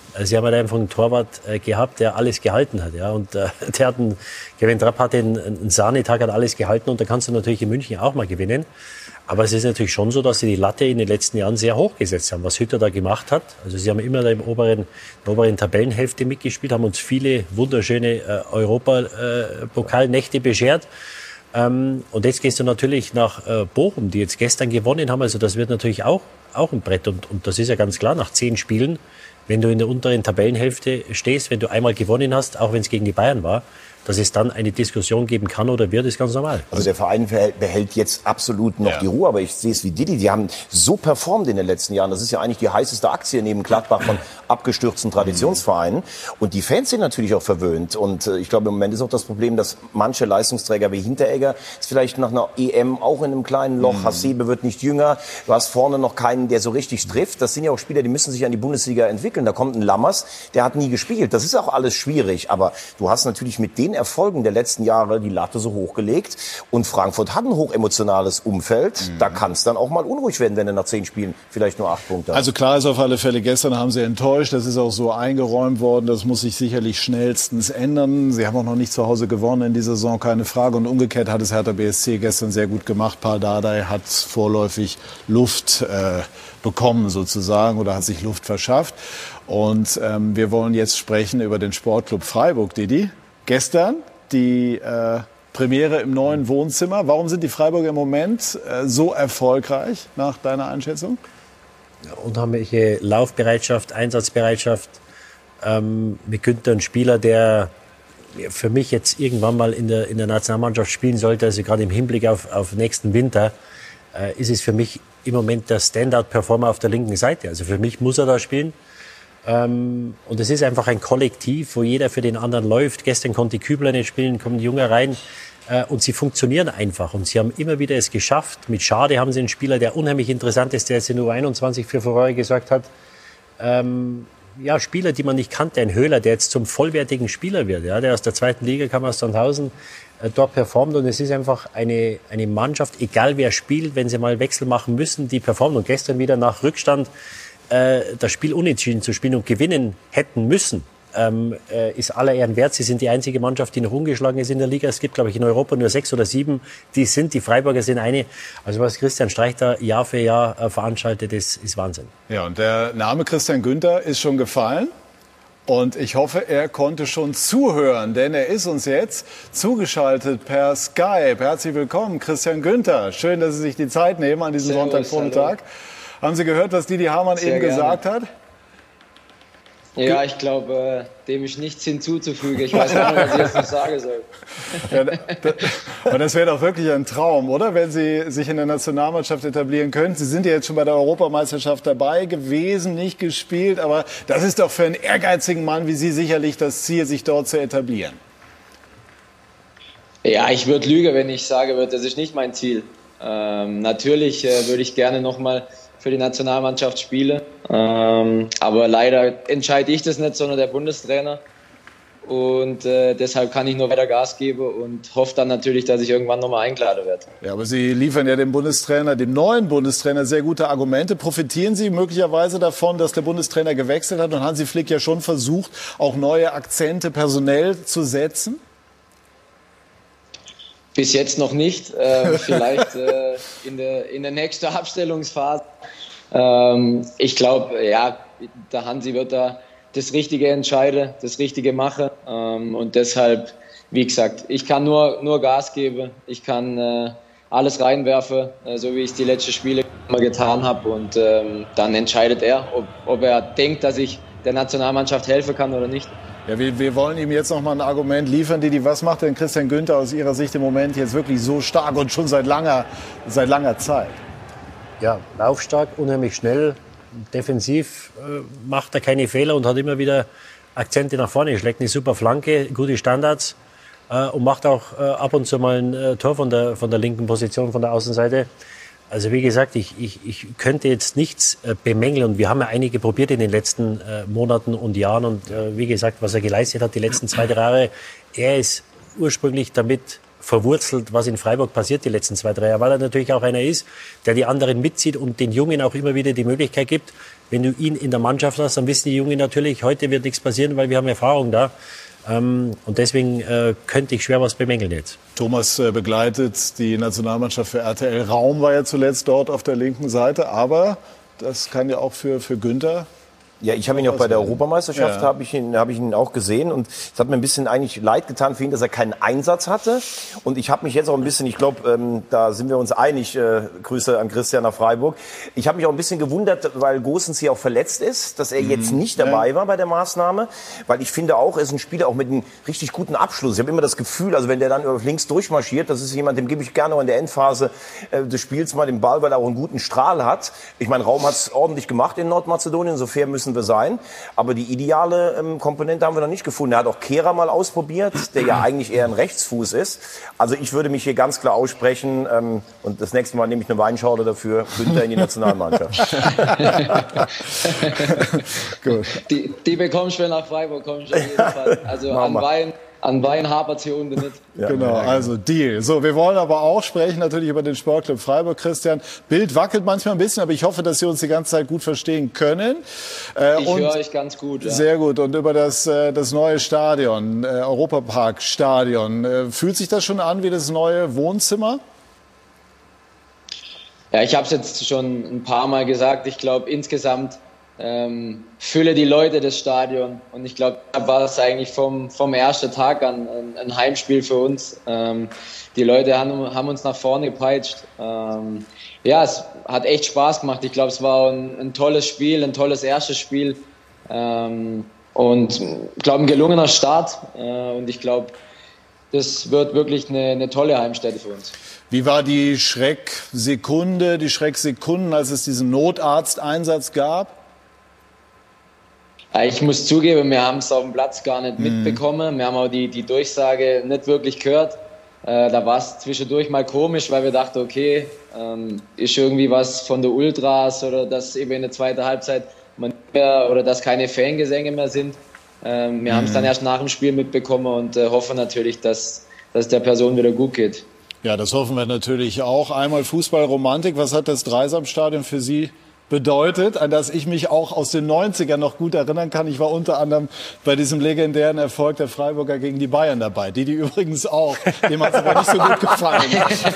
Sie haben halt einfach einen Torwart gehabt, der alles gehalten hat. Ja? Und Kevin Trapp hatte einen Sahnetag, hat alles gehalten. Und da kannst du natürlich in München auch mal gewinnen. Aber es ist natürlich schon so, dass sie die Latte in den letzten Jahren sehr hoch gesetzt haben, was Hütter da gemacht hat. Also sie haben immer da in der oberen Tabellenhälfte mitgespielt, haben uns viele wunderschöne Europapokalnächte beschert. Und jetzt gehst du natürlich nach Bochum, die jetzt gestern gewonnen haben. Also das wird natürlich auch ein Brett. Und das ist ja ganz klar, nach 10 Spielen, wenn du in der unteren Tabellenhälfte stehst, wenn du einmal gewonnen hast, auch wenn es gegen die Bayern war, dass es dann eine Diskussion geben kann oder wird, ist ganz normal. Also der Verein behält jetzt absolut noch die Ruhe, aber ich sehe es wie Didi. Die haben so performt in den letzten Jahren. Das ist ja eigentlich die heißeste Aktie neben Gladbach von abgestürzten Traditionsvereinen. Und die Fans sind natürlich auch verwöhnt. Und ich glaube, im Moment ist auch das Problem, dass manche Leistungsträger wie Hinteregger ist vielleicht nach einer EM auch in einem kleinen Loch. Hasebe wird nicht jünger. Du hast vorne noch keinen, der so richtig trifft. Das sind ja auch Spieler, die müssen sich an die Bundesliga entwickeln. Da kommt ein Lammers, der hat nie gespielt. Das ist auch alles schwierig. Aber du hast natürlich mit den Erfolgen der letzten Jahre die Latte so hochgelegt. Und Frankfurt hat ein hochemotionales Umfeld. Da kann es dann auch mal unruhig werden, wenn er nach 10 Spielen vielleicht nur 8 Punkte hat. Also klar ist auf alle Fälle, gestern haben sie enttäuscht. Das ist auch so eingeräumt worden. Das muss sich sicherlich schnellstens ändern. Sie haben auch noch nicht zu Hause gewonnen in dieser Saison, keine Frage. Und umgekehrt hat es Hertha BSC gestern sehr gut gemacht. Paul Dardai hat vorläufig Luft bekommen sozusagen oder hat sich Luft verschafft. Und wir wollen jetzt sprechen über den Sportclub Freiburg, Didi. Gestern die Premiere im neuen Wohnzimmer. Warum sind die Freiburger im Moment so erfolgreich, nach deiner Einschätzung? Unheimliche Laufbereitschaft, Einsatzbereitschaft. Mit Günther ein Spieler, der für mich jetzt irgendwann mal in der Nationalmannschaft spielen sollte, also gerade im Hinblick auf nächsten Winter, ist es für mich im Moment der Standard-Performer auf der linken Seite. Also für mich muss er da spielen. Und es ist einfach ein Kollektiv, wo jeder für den anderen läuft. Gestern konnte Kübler nicht spielen, kommen die Jungen rein. Und sie funktionieren einfach. Und sie haben immer wieder es geschafft. Mit Schade haben sie einen Spieler, der unheimlich interessant ist, der jetzt in U21 für Furore gesorgt hat. Ja, Spieler, die man nicht kannte. Ein Höhler, der jetzt zum vollwertigen Spieler wird. Ja, der aus der 2. Liga kam, aus Sandhausen, dort performt. Und es ist einfach eine Mannschaft, egal wer spielt, wenn sie mal Wechsel machen müssen, die performt. Und gestern wieder nach Rückstand das Spiel unentschieden zu spielen und gewinnen hätten müssen, ist aller Ehren wert. Sie sind die einzige Mannschaft, die noch ungeschlagen ist in der Liga. Es gibt, glaube ich, in Europa nur 6 oder 7. Die Freiburger sind eine. Also was Christian Streich da Jahr für Jahr veranstaltet, ist Wahnsinn. Ja, und der Name Christian Günther ist schon gefallen. Und ich hoffe, er konnte schon zuhören, denn er ist uns jetzt zugeschaltet per Skype. Herzlich willkommen, Christian Günther. Schön, dass Sie sich die Zeit nehmen an diesem Sonntagvormittag. Haben Sie gehört, was Didi Hamann eben gesagt hat? Ja, ich glaube, dem ist nichts hinzuzufügen. Ich weiß gar nicht, was ich jetzt noch sagen soll. Ja, und das wäre doch wirklich ein Traum, oder? Wenn Sie sich in der Nationalmannschaft etablieren könnten. Sie sind ja jetzt schon bei der Europameisterschaft dabei gewesen, nicht gespielt. Aber das ist doch für einen ehrgeizigen Mann wie Sie sicherlich das Ziel, sich dort zu etablieren. Ja, ich würde lügen, wenn ich sagen würde, das ist nicht mein Ziel. Natürlich würde ich gerne nochmal für die Nationalmannschaft spielen. Aber leider entscheide ich das nicht, sondern der Bundestrainer. Und deshalb kann ich nur weiter Gas geben und hoffe dann natürlich, dass ich irgendwann nochmal eingeladen werde. Ja, aber Sie liefern ja dem Bundestrainer, dem neuen Bundestrainer, sehr gute Argumente. Profitieren Sie möglicherweise davon, dass der Bundestrainer gewechselt hat und Hansi Flick ja schon versucht, auch neue Akzente personell zu setzen? Bis jetzt noch nicht. Vielleicht in der nächsten Abstellungsphase. Ich glaube, ja, der Hansi wird da das Richtige entscheiden, das Richtige machen. Und deshalb, wie gesagt, ich kann nur Gas geben. Ich kann alles reinwerfen, so wie ich es die letzten Spiele immer getan habe. Und dann entscheidet er, ob er denkt, dass ich der Nationalmannschaft helfen kann oder nicht. Ja, wir wollen ihm jetzt noch mal ein Argument liefern, Didi. Was macht denn Christian Günther aus Ihrer Sicht im Moment jetzt wirklich so stark und schon seit langer Zeit? Ja, laufstark, unheimlich schnell, defensiv macht er keine Fehler und hat immer wieder Akzente nach vorne. Schlägt eine super Flanke, gute Standards und macht auch ab und zu mal ein Tor von der linken Position, von der Außenseite. Also wie gesagt, ich könnte jetzt nichts bemängeln und wir haben ja einige probiert in den letzten Monaten und Jahren und wie gesagt, was er geleistet hat die letzten 2-3 Jahre, er ist ursprünglich damit verwurzelt, was in Freiburg passiert die letzten 2-3 Jahre, weil er natürlich auch einer ist, der die anderen mitzieht und den Jungen auch immer wieder die Möglichkeit gibt. Wenn du ihn in der Mannschaft hast, dann wissen die Jungen natürlich, heute wird nichts passieren, weil wir haben Erfahrung da. Und deswegen könnte ich schwer was bemängeln jetzt. Thomas begleitet die Nationalmannschaft für RTL. Raum war ja zuletzt dort auf der linken Seite, aber das kann ja auch für Günther. Ja, ich habe ihn auch bei der Europameisterschaft, habe ich ihn auch gesehen, und es hat mir ein bisschen eigentlich leid getan für ihn, dass er keinen Einsatz hatte, und ich habe mich jetzt auch ein bisschen, ich glaube, da sind wir uns einig, Grüße an Christian nach Freiburg, ich habe mich auch ein bisschen gewundert, weil Gosens hier auch verletzt ist, dass er jetzt nicht dabei war bei der Maßnahme, weil ich finde auch, er ist ein Spieler auch mit einem richtig guten Abschluss. Ich habe immer das Gefühl, also wenn der dann auf links durchmarschiert, das ist jemand, dem gebe ich gerne auch in der Endphase des Spiels mal den Ball, weil er auch einen guten Strahl hat. Ich meine, Raum hat es ordentlich gemacht in Nordmazedonien, so fair müssen wir sein. Aber die ideale Komponente haben wir noch nicht gefunden. Er hat auch Kehrer mal ausprobiert, der ja eigentlich eher ein Rechtsfuß ist. Also ich würde mich hier ganz klar aussprechen, und das nächste Mal nehme ich eine Weinschorle dafür, Günther in die Nationalmannschaft. Gut. Die bekommst du, wenn nach Freiburg kommst, auf jeden Fall. Also an Wein hapert es hier unten nicht. Ja, genau, also Deal. So, wir wollen aber auch sprechen natürlich über den Sportclub Freiburg, Christian. Bild wackelt manchmal ein bisschen, aber ich hoffe, dass Sie uns die ganze Zeit gut verstehen können. Ich höre euch ganz gut. Ja. Sehr gut. Und über das neue Stadion, Europapark-Stadion, fühlt sich das schon an wie das neue Wohnzimmer? Ja, ich habe es jetzt schon ein paar Mal gesagt. Ich glaube, insgesamt fülle die Leute das Stadion, und ich glaube, da war es eigentlich vom ersten Tag an ein Heimspiel für uns. Die Leute haben uns nach vorne gepeitscht. Ja, es hat echt Spaß gemacht. Ich glaube, es war ein tolles Spiel, ein tolles erstes Spiel, und ich glaube, ein gelungener Start, und ich glaube, das wird wirklich eine tolle Heimstätte für uns. Wie war die Schrecksekunden, als es diesen Notarzteinsatz gab? Ich muss zugeben, wir haben es auf dem Platz gar nicht mitbekommen. Wir haben auch die Durchsage nicht wirklich gehört. Da war es zwischendurch mal komisch, weil wir dachten, okay, ist irgendwie was von der Ultras, oder dass eben in der zweiten Halbzeit oder dass keine Fangesänge mehr sind. Wir haben es dann erst nach dem Spiel mitbekommen und hoffen natürlich, dass der Person wieder gut geht. Ja, das hoffen wir natürlich auch. Einmal Fußballromantik. Was hat das Dreisamstadion für Sie bedeutet, an das ich mich auch aus den 90ern noch gut erinnern kann? Ich war unter anderem bei diesem legendären Erfolg der Freiburger gegen die Bayern dabei. Die übrigens auch. Dem hat es aber nicht so gut gefallen.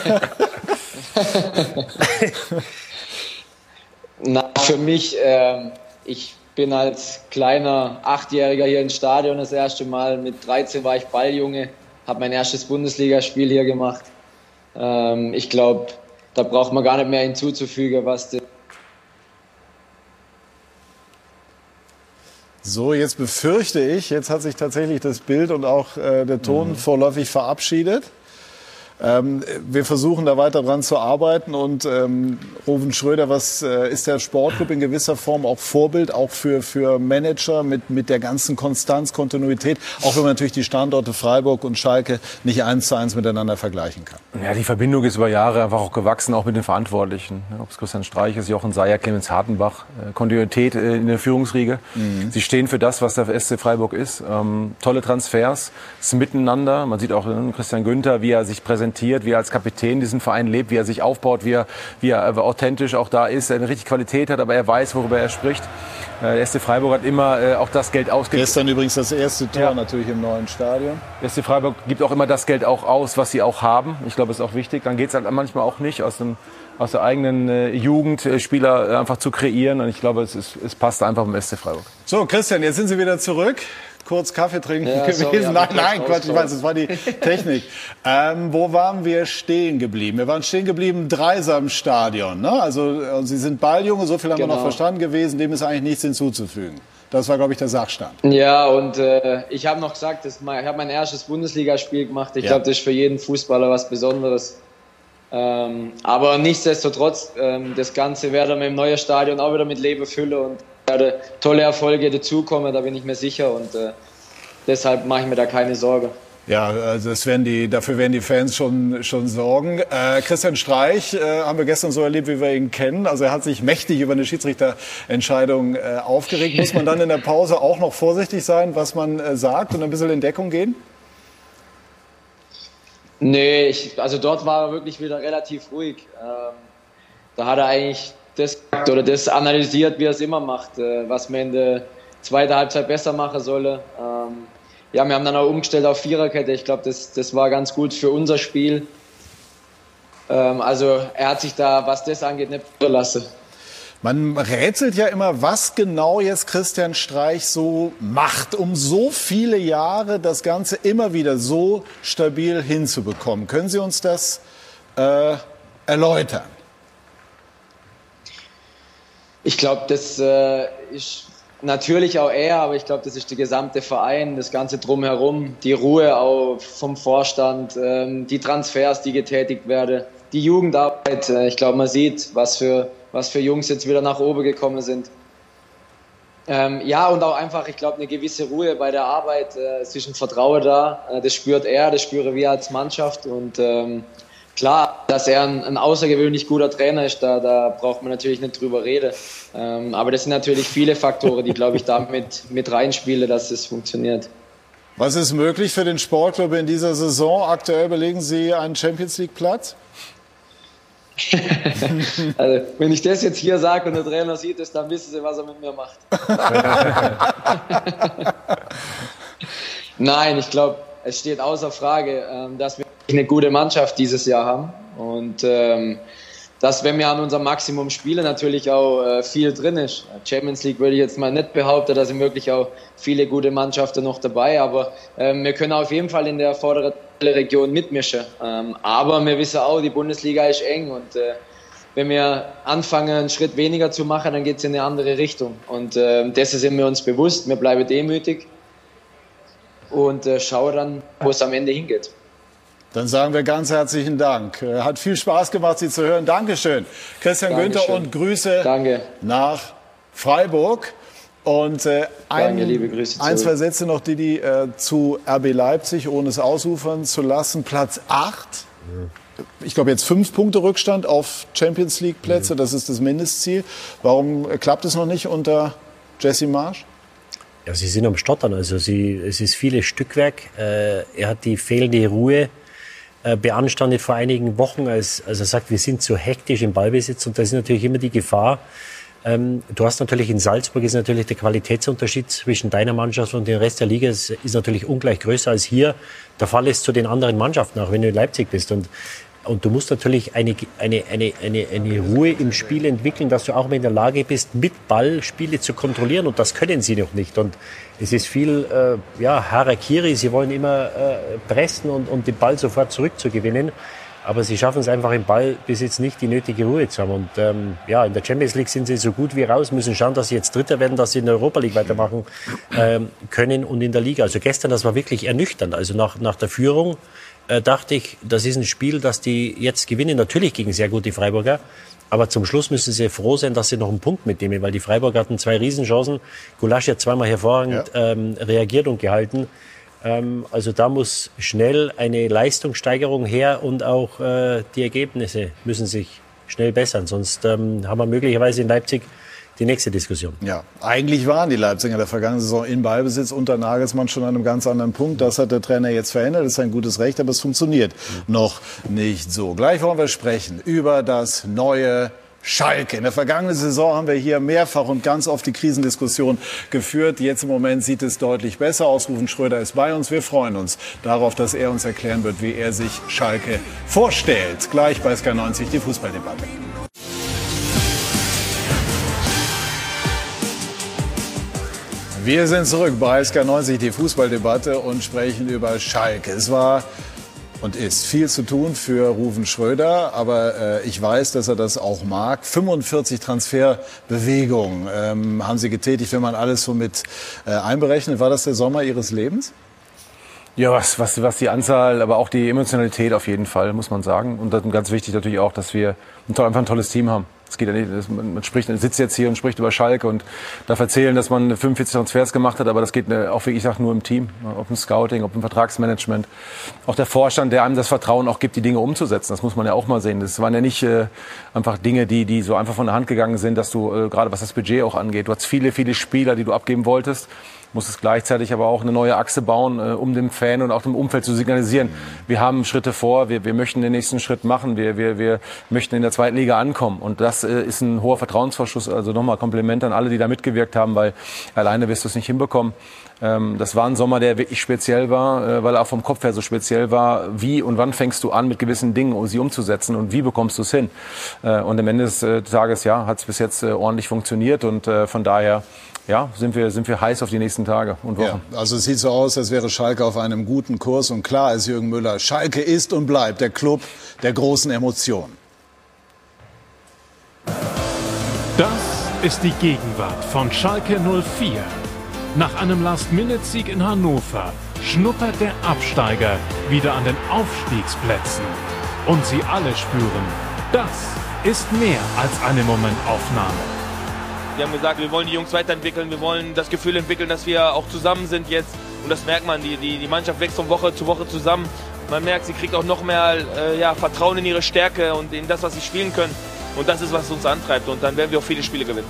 Na, für mich, ich bin als kleiner 8-Jähriger hier ins Stadion das erste Mal. Mit 13 war ich Balljunge, habe mein erstes Bundesligaspiel hier gemacht. Ich glaube, da braucht man gar nicht mehr hinzuzufügen, was das. So, jetzt befürchte ich, jetzt hat sich tatsächlich das Bild und auch der Ton vorläufig verabschiedet. Wir versuchen da weiter dran zu arbeiten, und Ruven Schröder, was ist der Sportclub in gewisser Form auch Vorbild, auch für Manager mit der ganzen Konstanz, Kontinuität, auch wenn man natürlich die Standorte Freiburg und Schalke nicht 1:1 miteinander vergleichen kann. Ja, die Verbindung ist über Jahre einfach auch gewachsen, auch mit den Verantwortlichen. Ob es Christian Streich ist, Jochen Seyer, Clemens Hartenbach, Kontinuität in der Führungsriege. Sie stehen für das, was der SC Freiburg ist. Tolle Transfers, das Miteinander. Man sieht auch Christian Günther, wie er sich präsentiert, wie er als Kapitän diesen Verein lebt, wie er sich aufbaut, wie er authentisch auch da ist, eine richtige Qualität hat, aber er weiß, worüber er spricht. Der SC Freiburg hat immer auch das Geld ausgegeben. Gestern übrigens das erste Tor natürlich im neuen Stadion. Der SC Freiburg gibt auch immer das Geld auch aus, was sie auch haben. Ich glaube, das ist auch wichtig. Dann geht es halt manchmal auch nicht, aus der eigenen Jugend Spieler einfach zu kreieren. Und ich glaube, es passt einfach beim SC Freiburg. So, Christian, jetzt sind Sie wieder zurück. Kurz Kaffee trinken gewesen. Sorry, Nein, Quatsch, ich weiß, das war die Technik. Wo waren wir stehen geblieben? Wir waren stehen geblieben, Dreisamstadion. Ne? Also Sie sind Balljunge, so viel haben wir noch verstanden gewesen. Dem ist eigentlich nichts hinzuzufügen. Das war, glaube ich, der Sachstand. Ja, und ich habe noch gesagt, ich habe mein erstes Bundesligaspiel gemacht. Ich glaube, das ist für jeden Fußballer was Besonderes. Aber nichtsdestotrotz, das Ganze werden wir im neuen Stadion auch wieder mit Leben füllen und werden tolle Erfolge dazukommen, da bin ich mir sicher, und deshalb mache ich mir da keine Sorge. Ja, also dafür werden die Fans schon sorgen. Christian Streich haben wir gestern so erlebt, wie wir ihn kennen. Also er hat sich mächtig über eine Schiedsrichterentscheidung aufgeregt. Muss man dann in der Pause auch noch vorsichtig sein, was man sagt, und ein bisschen in Deckung gehen? Nee, also dort war er wirklich wieder relativ ruhig. Da hat er eigentlich das analysiert, wie er es immer macht, was man in der zweiten Halbzeit besser machen solle. Ja, wir haben dann auch umgestellt auf Viererkette. Ich glaube, das war ganz gut für unser Spiel. Also er hat sich da, was das angeht, nicht verlassen. Man rätselt ja immer, was genau jetzt Christian Streich so macht, um so viele Jahre das Ganze immer wieder so stabil hinzubekommen. Können Sie uns das erläutern? Ich glaube, das ist natürlich auch er, aber ich glaube, das ist der gesamte Verein, das Ganze drumherum, die Ruhe auch vom Vorstand, die Transfers, die getätigt werden, die Jugendarbeit. Ich glaube, man sieht, was für Jungs jetzt wieder nach oben gekommen sind. Ja, und auch einfach, ich glaube, eine gewisse Ruhe bei der Arbeit. Es ist ein Vertrauen da, das spürt er, das spüren wir als Mannschaft. Und klar, dass er ein außergewöhnlich guter Trainer ist, da braucht man natürlich nicht drüber reden. Aber das sind natürlich viele Faktoren, die, glaube ich, damit mit reinspielen, dass es funktioniert. Was ist möglich für den Sportclub in dieser Saison? Aktuell belegen Sie einen Champions-League-Platz? Also, wenn ich das jetzt hier sage und der Trainer sieht es, dann wissen Sie, was er mit mir macht. Nein, ich glaube, es steht außer Frage, dass wir eine gute Mannschaft dieses Jahr haben und dass, wenn wir an unserem Maximum spielen, natürlich auch viel drin ist. Champions League würde ich jetzt mal nicht behaupten, da sind wirklich auch viele gute Mannschaften noch dabei, aber wir können auf jeden Fall in der vorderen Region mitmischen. Aber wir wissen auch, die Bundesliga ist eng und wenn wir anfangen, einen Schritt weniger zu machen, dann geht es in eine andere Richtung. Und dessen sind wir uns bewusst, wir bleiben demütig und schauen dann, wo es am Ende hingeht. Dann sagen wir ganz herzlichen Dank. Hat viel Spaß gemacht, Sie zu hören. Dankeschön, Christian Günther, und Grüße nach Freiburg. Und liebe Grüße ein, zwei Sätze noch, Didi, zu RB Leipzig, ohne es ausufern zu lassen. Platz 8. Ich glaube, jetzt 5 Punkte Rückstand auf Champions-League-Plätze. Das ist das Mindestziel. Warum klappt es noch nicht unter Jesse Marsch? Ja, sie sind am Stottern. Also es ist vieles Stückwerk. Er hat die fehlende Ruhe beanstandet vor einigen Wochen, als er sagt, wir sind zu hektisch im Ballbesitz. Und da ist natürlich immer die Gefahr. Du hast natürlich in Salzburg ist natürlich der Qualitätsunterschied zwischen deiner Mannschaft und dem Rest der Liga ist natürlich ungleich größer als hier. Der Fall ist zu den anderen Mannschaften, auch wenn du in Leipzig bist. Und du musst natürlich eine Ruhe im Spiel entwickeln, dass du auch mal in der Lage bist, mit Ball Spiele zu kontrollieren. Und das können sie noch nicht. Und es ist viel Harakiri. Sie wollen immer pressen und den Ball sofort zurückzugewinnen. Aber sie schaffen es einfach im Ballbesitz nicht, die nötige Ruhe zu haben. Und in der Champions League sind sie so gut wie raus, müssen schauen, dass sie jetzt Dritter werden, dass sie in der Europa League weitermachen können und in der Liga. Also gestern, das war wirklich ernüchternd. Also nach der Führung dachte ich, das ist ein Spiel, das die jetzt gewinnen, natürlich gegen sehr gute Freiburger. Aber zum Schluss müssen sie froh sein, dass sie noch einen Punkt mitnehmen, weil die Freiburger hatten 2 Riesenchancen. Gulasch hat zweimal hervorragend reagiert und gehalten. Also da muss schnell eine Leistungssteigerung her und auch die Ergebnisse müssen sich schnell bessern. Sonst haben wir möglicherweise in Leipzig die nächste Diskussion. Ja, eigentlich waren die Leipziger in der vergangenen Saison in Ballbesitz unter Nagelsmann schon an einem ganz anderen Punkt. Das hat der Trainer jetzt verändert. Das ist ein gutes Recht, aber es funktioniert noch nicht so. Gleich wollen wir sprechen über das neue Schalke. In der vergangenen Saison haben wir hier mehrfach und ganz oft die Krisendiskussion geführt. Jetzt im Moment sieht es deutlich besser aus. Ruven Schröder ist bei uns. Wir freuen uns darauf, dass er uns erklären wird, wie er sich Schalke vorstellt. Gleich bei SK90 die Fußballdebatte. Wir sind zurück bei SK90 die Fußballdebatte und sprechen über Schalke. Es war und ist viel zu tun für Ruven Schröder, aber ich weiß, dass er das auch mag. 45 Transferbewegungen haben Sie getätigt, wenn man alles so mit einberechnet. War das der Sommer Ihres Lebens? Ja, was die Anzahl, aber auch die Emotionalität auf jeden Fall, muss man sagen. Und dann ganz wichtig natürlich auch, dass wir einfach ein tolles Team haben. Es geht ja nicht, man sitzt jetzt hier und spricht über Schalke und darf erzählen, dass man 45 Transfers gemacht hat, aber das geht auch wirklich, ich sag, nur im Team, ob im Scouting, ob im Vertragsmanagement. Auch der Vorstand, der einem das Vertrauen auch gibt, die Dinge umzusetzen, das muss man ja auch mal sehen. Das waren ja nicht einfach Dinge, die so einfach von der Hand gegangen sind, dass du, gerade was das Budget auch angeht, du hast viele Spieler, die du abgeben wolltest. muss es gleichzeitig aber auch eine neue Achse bauen, um dem Fan und auch dem Umfeld zu signalisieren. Wir haben Schritte vor, wir möchten den nächsten Schritt machen, wir möchten in der zweiten Liga ankommen. Und das ist ein hoher Vertrauensvorschuss. Also nochmal Kompliment an alle, die da mitgewirkt haben, weil alleine wirst du es nicht hinbekommen. Das war ein Sommer, der wirklich speziell war, weil er auch vom Kopf her so speziell war. Wie und wann fängst du an, mit gewissen Dingen sie umzusetzen und wie bekommst du es hin? Und am Ende des Tages hat es bis jetzt ordentlich funktioniert und von daher sind wir heiß auf die nächsten Tage und Wochen. Ja, also es sieht so aus, als wäre Schalke auf einem guten Kurs. Und klar ist Jürgen Müller, Schalke ist und bleibt der Club der großen Emotionen. Das ist die Gegenwart von Schalke 04. Nach einem Last-Minute-Sieg in Hannover schnuppert der Absteiger wieder an den Aufstiegsplätzen. Und sie alle spüren, das ist mehr als eine Momentaufnahme. Wir haben gesagt, wir wollen die Jungs weiterentwickeln, wir wollen das Gefühl entwickeln, dass wir auch zusammen sind jetzt. Und das merkt man, die Mannschaft wächst von Woche zu Woche zusammen. Man merkt, sie kriegt auch noch mehr Vertrauen in ihre Stärke und in das, was sie spielen können. Und das ist, was uns antreibt. Und dann werden wir auch viele Spiele gewinnen.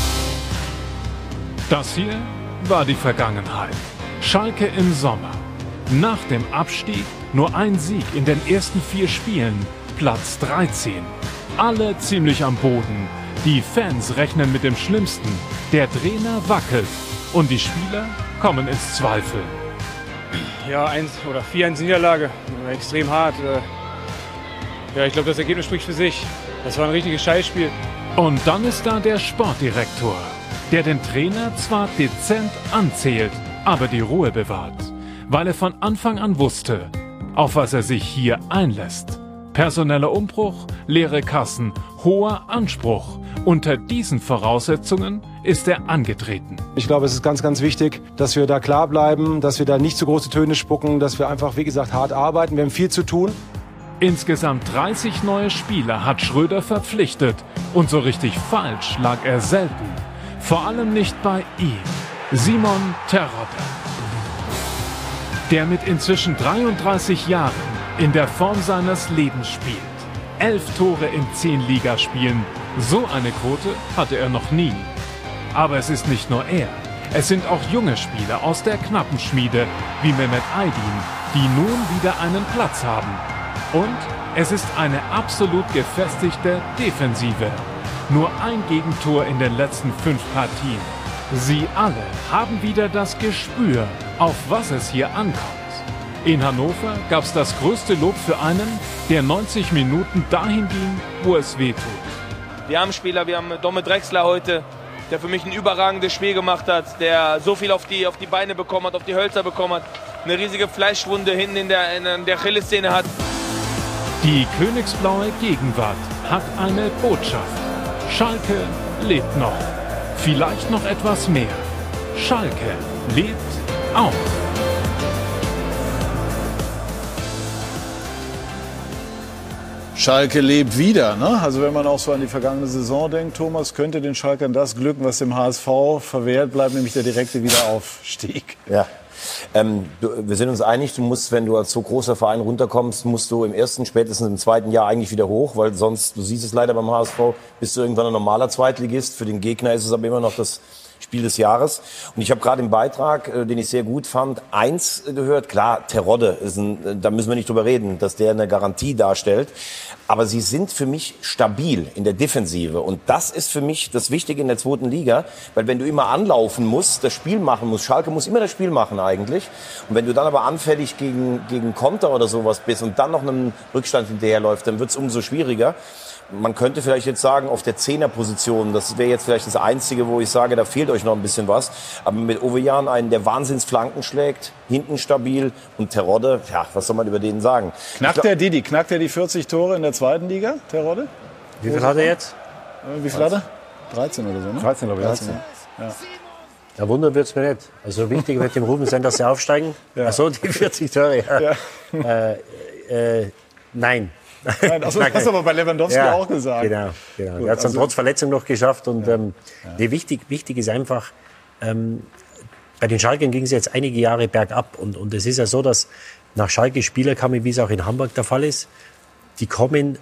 Das hier war die Vergangenheit. Schalke im Sommer. Nach dem Abstieg nur ein Sieg in den ersten 4 Spielen. Platz 13. Alle ziemlich am Boden. Die Fans rechnen mit dem Schlimmsten. Der Trainer wackelt. Und die Spieler kommen ins Zweifel. Ja, 4-1 Niederlage. Extrem hart. Ja, ich glaube, das Ergebnis spricht für sich. Das war ein richtiges Scheißspiel. Und dann ist da der Sportdirektor, der den Trainer zwar dezent anzählt, aber die Ruhe bewahrt, weil er von Anfang an wusste, auf was er sich hier einlässt. Personeller Umbruch, leere Kassen, hoher Anspruch. Unter diesen Voraussetzungen ist er angetreten. Ich glaube, es ist ganz, ganz wichtig, dass wir da klar bleiben, dass wir da nicht zu große Töne spucken, dass wir einfach, wie gesagt, hart arbeiten. Wir haben viel zu tun. Insgesamt 30 neue Spieler hat Schröder verpflichtet. Und so richtig falsch lag er selten. Vor allem nicht bei ihm. Simon Terodde. Der mit inzwischen 33 Jahren in der Form seines Lebens spielt. 11 Tore in 10 Ligaspielen. So eine Quote hatte er noch nie. Aber es ist nicht nur er. Es sind auch junge Spieler aus der Knappenschmiede, wie Mehmet Aydin, die nun wieder einen Platz haben. Und es ist eine absolut gefestigte Defensive. Nur ein Gegentor in den letzten 5 Partien. Sie alle haben wieder das Gespür, auf was es hier ankommt. In Hannover gab es das größte Lob für einen, der 90 Minuten dahin ging, wo es weh tut. Wir haben Spieler, wir haben Domme Drexler heute, der für mich ein überragendes Spiel gemacht hat, der so viel auf die Beine bekommen hat, auf die Hölzer bekommen hat, eine riesige Fleischwunde hinten in der Achillessehne hat. Die königsblaue Gegenwart hat eine Botschaft. Schalke lebt noch. Vielleicht noch etwas mehr. Schalke lebt auch. Schalke lebt wieder, ne? Also wenn man auch so an die vergangene Saison denkt, Thomas, könnte den Schalkern das glücken, was dem HSV verwehrt bleibt, nämlich der direkte Wiederaufstieg. Ja. Wir sind uns einig, du musst, wenn du als so großer Verein runterkommst, musst du im ersten, spätestens im zweiten Jahr eigentlich wieder hoch, weil sonst, du siehst es leider beim HSV, bist du irgendwann ein normaler Zweitligist. Für den Gegner ist es aber immer noch das Spiel des Jahres. Und ich habe gerade im Beitrag, den ich sehr gut fand, eins gehört. Klar, Terodde, da müssen wir nicht drüber reden, dass der eine Garantie darstellt. Aber sie sind für mich stabil in der Defensive. Und das ist für mich das Wichtige in der zweiten Liga. Weil wenn du immer anlaufen musst, das Spiel machen musst, Schalke muss immer das Spiel machen eigentlich. Und wenn du dann aber anfällig gegen Konter oder sowas bist und dann noch einen Rückstand hinterherläuft, dann wird es umso schwieriger. Man könnte vielleicht jetzt sagen, auf der Zehnerposition, das wäre jetzt vielleicht das Einzige, wo ich sage, da fehlt euch noch ein bisschen was. Aber mit Ovejan einen, der Wahnsinnsflanken schlägt, hinten stabil und Terodde, ja, was soll man über den sagen? Knackt der die 40 Tore in der zweiten Liga, Terodde? Wie viel hat er jetzt? Wie viel hat er? 13 oder so, ne? 13, glaube ich. 13. Ja. Da wundern wird's mir nicht. Also wichtig wird dem Ruben sein, dass sie aufsteigen. Ja. Achso, die 40 Tore. Ja. Ja. Nein. Nein, das hast du aber bei Lewandowski auch gesagt. Genau. Gut, er hat es dann trotz Verletzung noch geschafft. Und wichtig ist einfach, bei den Schalkern ging es jetzt einige Jahre bergab. Und es ist ja so, dass nach Schalke Spieler kamen, wie es auch in Hamburg der Fall ist, die kommen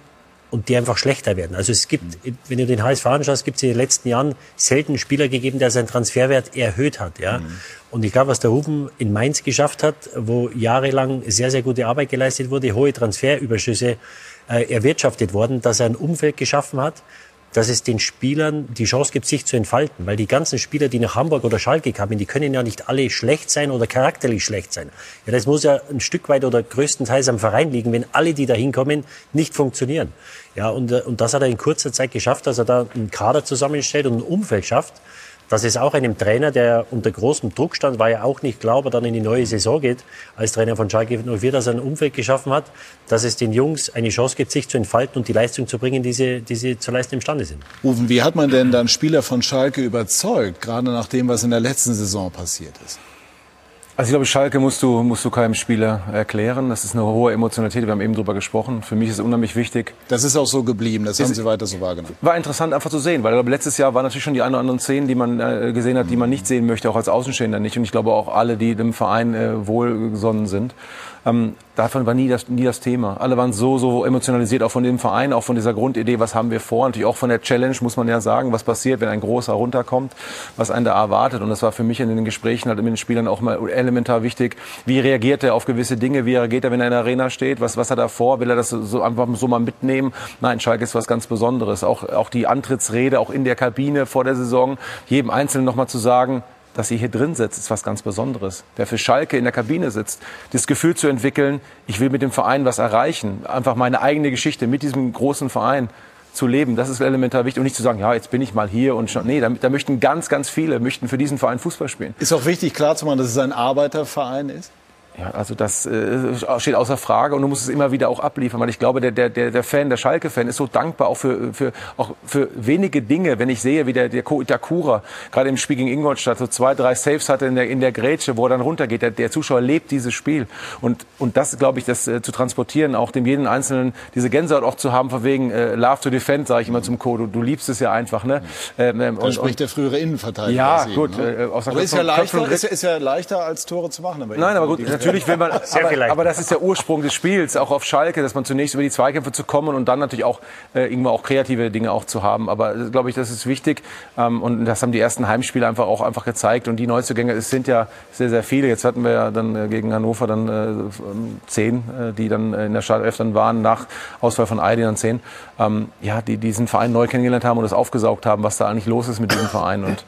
und die einfach schlechter werden. Also es gibt, wenn du den HSV anschaust, gibt es in den letzten Jahren selten einen Spieler gegeben, der seinen Transferwert erhöht hat. Ja? Und ich glaube, was der Ruben in Mainz geschafft hat, wo jahrelang sehr, sehr gute Arbeit geleistet wurde, hohe Transferüberschüsse erwirtschaftet worden, dass er ein Umfeld geschaffen hat, dass es den Spielern die Chance gibt, sich zu entfalten. Weil die ganzen Spieler, die nach Hamburg oder Schalke kamen, die können ja nicht alle schlecht sein oder charakterlich schlecht sein. Ja, das muss ja ein Stück weit oder größtenteils am Verein liegen, wenn alle, die da hinkommen, nicht funktionieren. Ja, und das hat er in kurzer Zeit geschafft, dass er da einen Kader zusammenstellt und ein Umfeld schafft, dass es auch einem Trainer, der unter großem Druck stand, war ja auch nicht klar, ob er dann in die neue Saison geht, als Trainer von Schalke 04, dass er ein Umfeld geschaffen hat, dass es den Jungs eine Chance gibt, sich zu entfalten und die Leistung zu bringen, die sie zu leisten imstande sind. Rufen, wie hat man denn dann Spieler von Schalke überzeugt, gerade nach dem, was in der letzten Saison passiert ist? Also ich glaube, Schalke musst du keinem Spieler erklären. Das ist eine hohe Emotionalität. Wir haben eben drüber gesprochen. Für mich ist es unheimlich wichtig. Das ist auch so geblieben. Das haben Sie weiter so wahrgenommen. War interessant einfach zu sehen, weil ich glaube, letztes Jahr waren natürlich schon die ein oder anderen Szenen, die man gesehen hat, die man nicht sehen möchte, auch als Außenstehender nicht. Und ich glaube auch alle, die dem Verein wohlgesonnen sind. Davon war nie das Thema. Alle waren so emotionalisiert, auch von dem Verein, auch von dieser Grundidee, was haben wir vor. Natürlich auch von der Challenge, muss man ja sagen, was passiert, wenn ein Großer runterkommt, was einen da erwartet. Und das war für mich in den Gesprächen halt mit den Spielern auch mal elementar wichtig. Wie reagiert er auf gewisse Dinge? Wie reagiert er, wenn er in der Arena steht? Was hat er vor? Will er das so einfach so mal mitnehmen? Nein, Schalke ist was ganz Besonderes. Auch die Antrittsrede, auch in der Kabine vor der Saison, jedem Einzelnen noch mal zu sagen, dass ihr hier drin sitzt, ist was ganz Besonderes. Wer für Schalke in der Kabine sitzt, das Gefühl zu entwickeln, ich will mit dem Verein was erreichen, einfach meine eigene Geschichte mit diesem großen Verein zu leben, das ist elementar wichtig. Und nicht zu sagen, ja, jetzt bin ich mal hier und schon. Nee, da möchten ganz viele möchten für diesen Verein Fußball spielen. Ist auch wichtig klarzumachen, dass es ein Arbeiterverein ist? Ja, also das steht außer Frage und du musst es immer wieder auch abliefern, weil ich glaube, der Fan, der Schalke-Fan ist so dankbar auch für wenige Dinge, wenn ich sehe, wie der Itakura gerade im Spiel gegen Ingolstadt so 2, 3 Saves hatte in der Grätsche, wo er dann runtergeht. Der Zuschauer lebt dieses Spiel und das, glaube ich, das zu transportieren, auch dem jeden Einzelnen diese Gänsehaut auch zu haben, von wegen Love to Defend, sage ich immer zum Co. Du liebst es ja einfach, ne? Da spricht der frühere Innenverteidiger. Ja, gut. Ne? Aber ist ja leichter als Tore zu machen. Nein, aber gut, natürlich will man, aber das ist der Ursprung des Spiels, auch auf Schalke, dass man zunächst über die Zweikämpfe zu kommen und dann natürlich auch irgendwo auch kreative Dinge auch zu haben. Aber glaube ich, das ist wichtig und das haben die ersten Heimspiele einfach gezeigt und die Neuzugänge, es sind ja sehr, sehr viele. Jetzt hatten wir ja dann gegen Hannover dann 10, die dann in der Startelf dann waren, nach Ausfall von Aydin dann 10, die diesen Verein neu kennengelernt haben und das aufgesaugt haben, was da eigentlich los ist mit diesem Verein und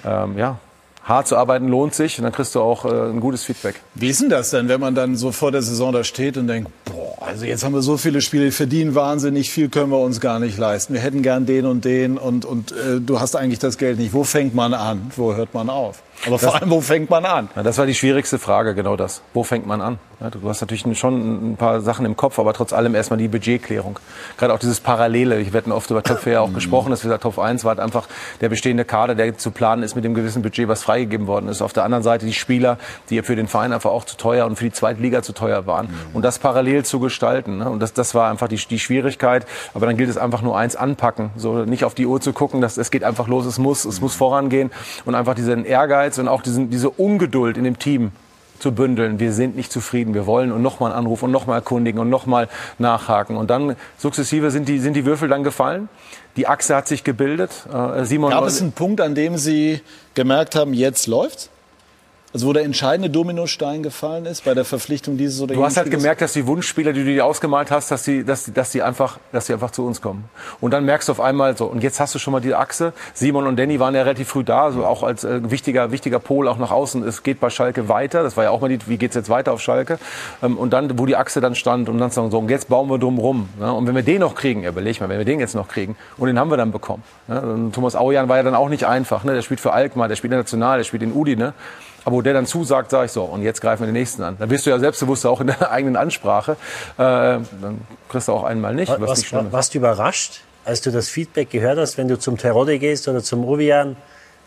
hart zu arbeiten lohnt sich und dann kriegst du auch ein gutes Feedback. Wie ist denn das denn, wenn man dann so vor der Saison da steht und denkt, also jetzt haben wir so viele Spiele, verdienen wahnsinnig viel, können wir uns gar nicht leisten. Wir hätten gern den und den und du hast eigentlich das Geld nicht. Wo fängt man an? Wo hört man auf? Aber vor allem, wo fängt man an? Ja, das war die schwierigste Frage, genau das. Wo fängt man an? Ja, du hast natürlich schon ein paar Sachen im Kopf, aber trotz allem erstmal die Budgetklärung. Gerade auch dieses Parallele. Wir hatten oft über Top 4 auch gesprochen, dass wir gesagt, Top 1 war halt einfach der bestehende Kader, der zu planen ist mit dem gewissen Budget, was freigegeben worden ist. Auf der anderen Seite die Spieler, die für den Verein einfach auch zu teuer und für die zweite Liga zu teuer waren. Und das parallel zu gestalten. Ne? Und das war einfach die Schwierigkeit. Aber dann gilt es einfach nur eins, anpacken. So nicht auf die Uhr zu gucken, es geht einfach los, es muss vorangehen. Und einfach diesen Ehrgeiz und auch diese Ungeduld in dem Team zu bündeln. Wir sind nicht zufrieden, wir wollen und nochmal einen Anruf und nochmal erkundigen und nochmal nachhaken. Und dann sukzessive sind die Würfel dann gefallen. Die Achse hat sich gebildet. Gab es einen Punkt, an dem Sie gemerkt haben, jetzt läuft's? Also wo der entscheidende Dominostein gefallen ist bei der Verpflichtung dieses oder jenes. Du hast halt gemerkt, dass die Wunschspieler, die du dir ausgemalt hast, dass die einfach zu uns kommen. Und dann merkst du auf einmal so, und jetzt hast du schon mal die Achse. Simon und Danny waren ja relativ früh da, so auch als wichtiger Pol auch nach außen. Es geht bei Schalke weiter. Das war ja auch mal wie geht's jetzt weiter auf Schalke? Und dann, wo die Achse dann stand und dann sagen so, und jetzt bauen wir drum rum. Ja, und wenn wir den noch kriegen, überleg mal, wenn wir den jetzt noch kriegen, und den haben wir dann bekommen. Ja, Thomas Aujan war ja dann auch nicht einfach. Ne? Der spielt für Alkmaar, der spielt international, der spielt in Udi, ne? Aber wo der dann zusagt, sage ich so, und jetzt greifen wir den nächsten an. Dann bist du ja selbstbewusst auch in deiner eigenen Ansprache. Dann kriegst du auch einmal nicht. Warst du überrascht, als du das Feedback gehört hast, wenn du zum Terodde gehst oder zum Ovian,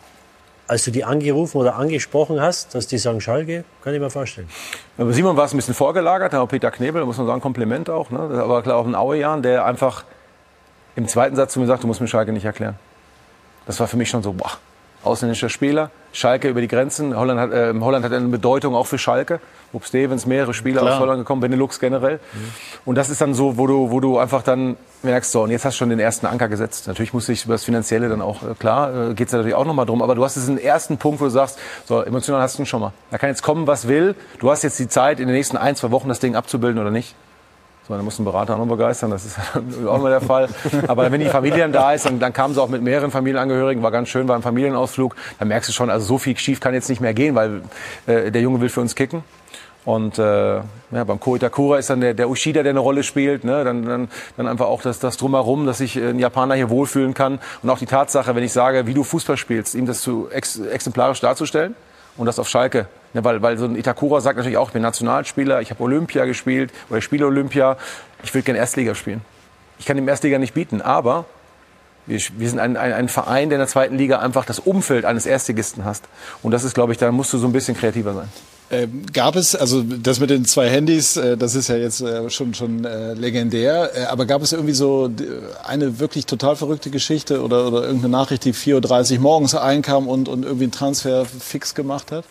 als du die angerufen oder angesprochen hast, dass die sagen Schalke? Kann ich mir vorstellen. Aber Simon war es ein bisschen vorgelagert, aber Peter Knebel, muss man sagen, Kompliment auch. Ne? Aber klar auch ein Auejan, der einfach im zweiten Satz zu mir sagt, du musst mir Schalke nicht erklären. Das war für mich schon so, ausländischer Spieler, Schalke über die Grenzen. Holland hat eine Bedeutung auch für Schalke. Bob Stevens, mehrere Spieler aus Holland gekommen, Benelux generell. Und das ist dann so, wo du einfach dann merkst, so, und jetzt hast du schon den ersten Anker gesetzt. Natürlich muss ich über das Finanzielle dann auch, geht es natürlich auch nochmal drum, aber du hast diesen ersten Punkt, wo du sagst, so, emotional hast du ihn schon mal. Da kann jetzt kommen, was will. Du hast jetzt die Zeit, in den nächsten 1-2 Wochen das Ding abzubilden oder nicht. So, dann muss ein Berater auch noch begeistern, das ist auch mal der Fall. Aber wenn die Familie dann da ist, dann kamen sie auch mit mehreren Familienangehörigen, war ganz schön, war ein Familienausflug, dann merkst du schon, also so viel schief kann jetzt nicht mehr gehen, weil der Junge will für uns kicken. Und beim Ko Itakura ist dann der Ushida, der eine Rolle spielt. Ne? Dann einfach auch das Drumherum, dass sich ein Japaner hier wohlfühlen kann. Und auch die Tatsache, wenn ich sage, wie du Fußball spielst, ihm das exemplarisch darzustellen. Und das auf Schalke. Ja, weil so ein Itakura sagt natürlich auch, ich bin Nationalspieler, ich habe Olympia gespielt oder ich spiele Olympia. Ich will gerne Erstliga spielen. Ich kann dem Erstliga nicht bieten, aber wir sind ein Verein, der in der zweiten Liga einfach das Umfeld eines Erstligisten hast. Und das ist, glaube ich, da musst du so ein bisschen kreativer sein. Gab es, also das mit den 2 Handys, das ist ja jetzt schon legendär, aber gab es irgendwie so eine wirklich total verrückte Geschichte oder irgendeine Nachricht, die 4:30 Uhr morgens einkam und irgendwie einen Transfer fix gemacht hat?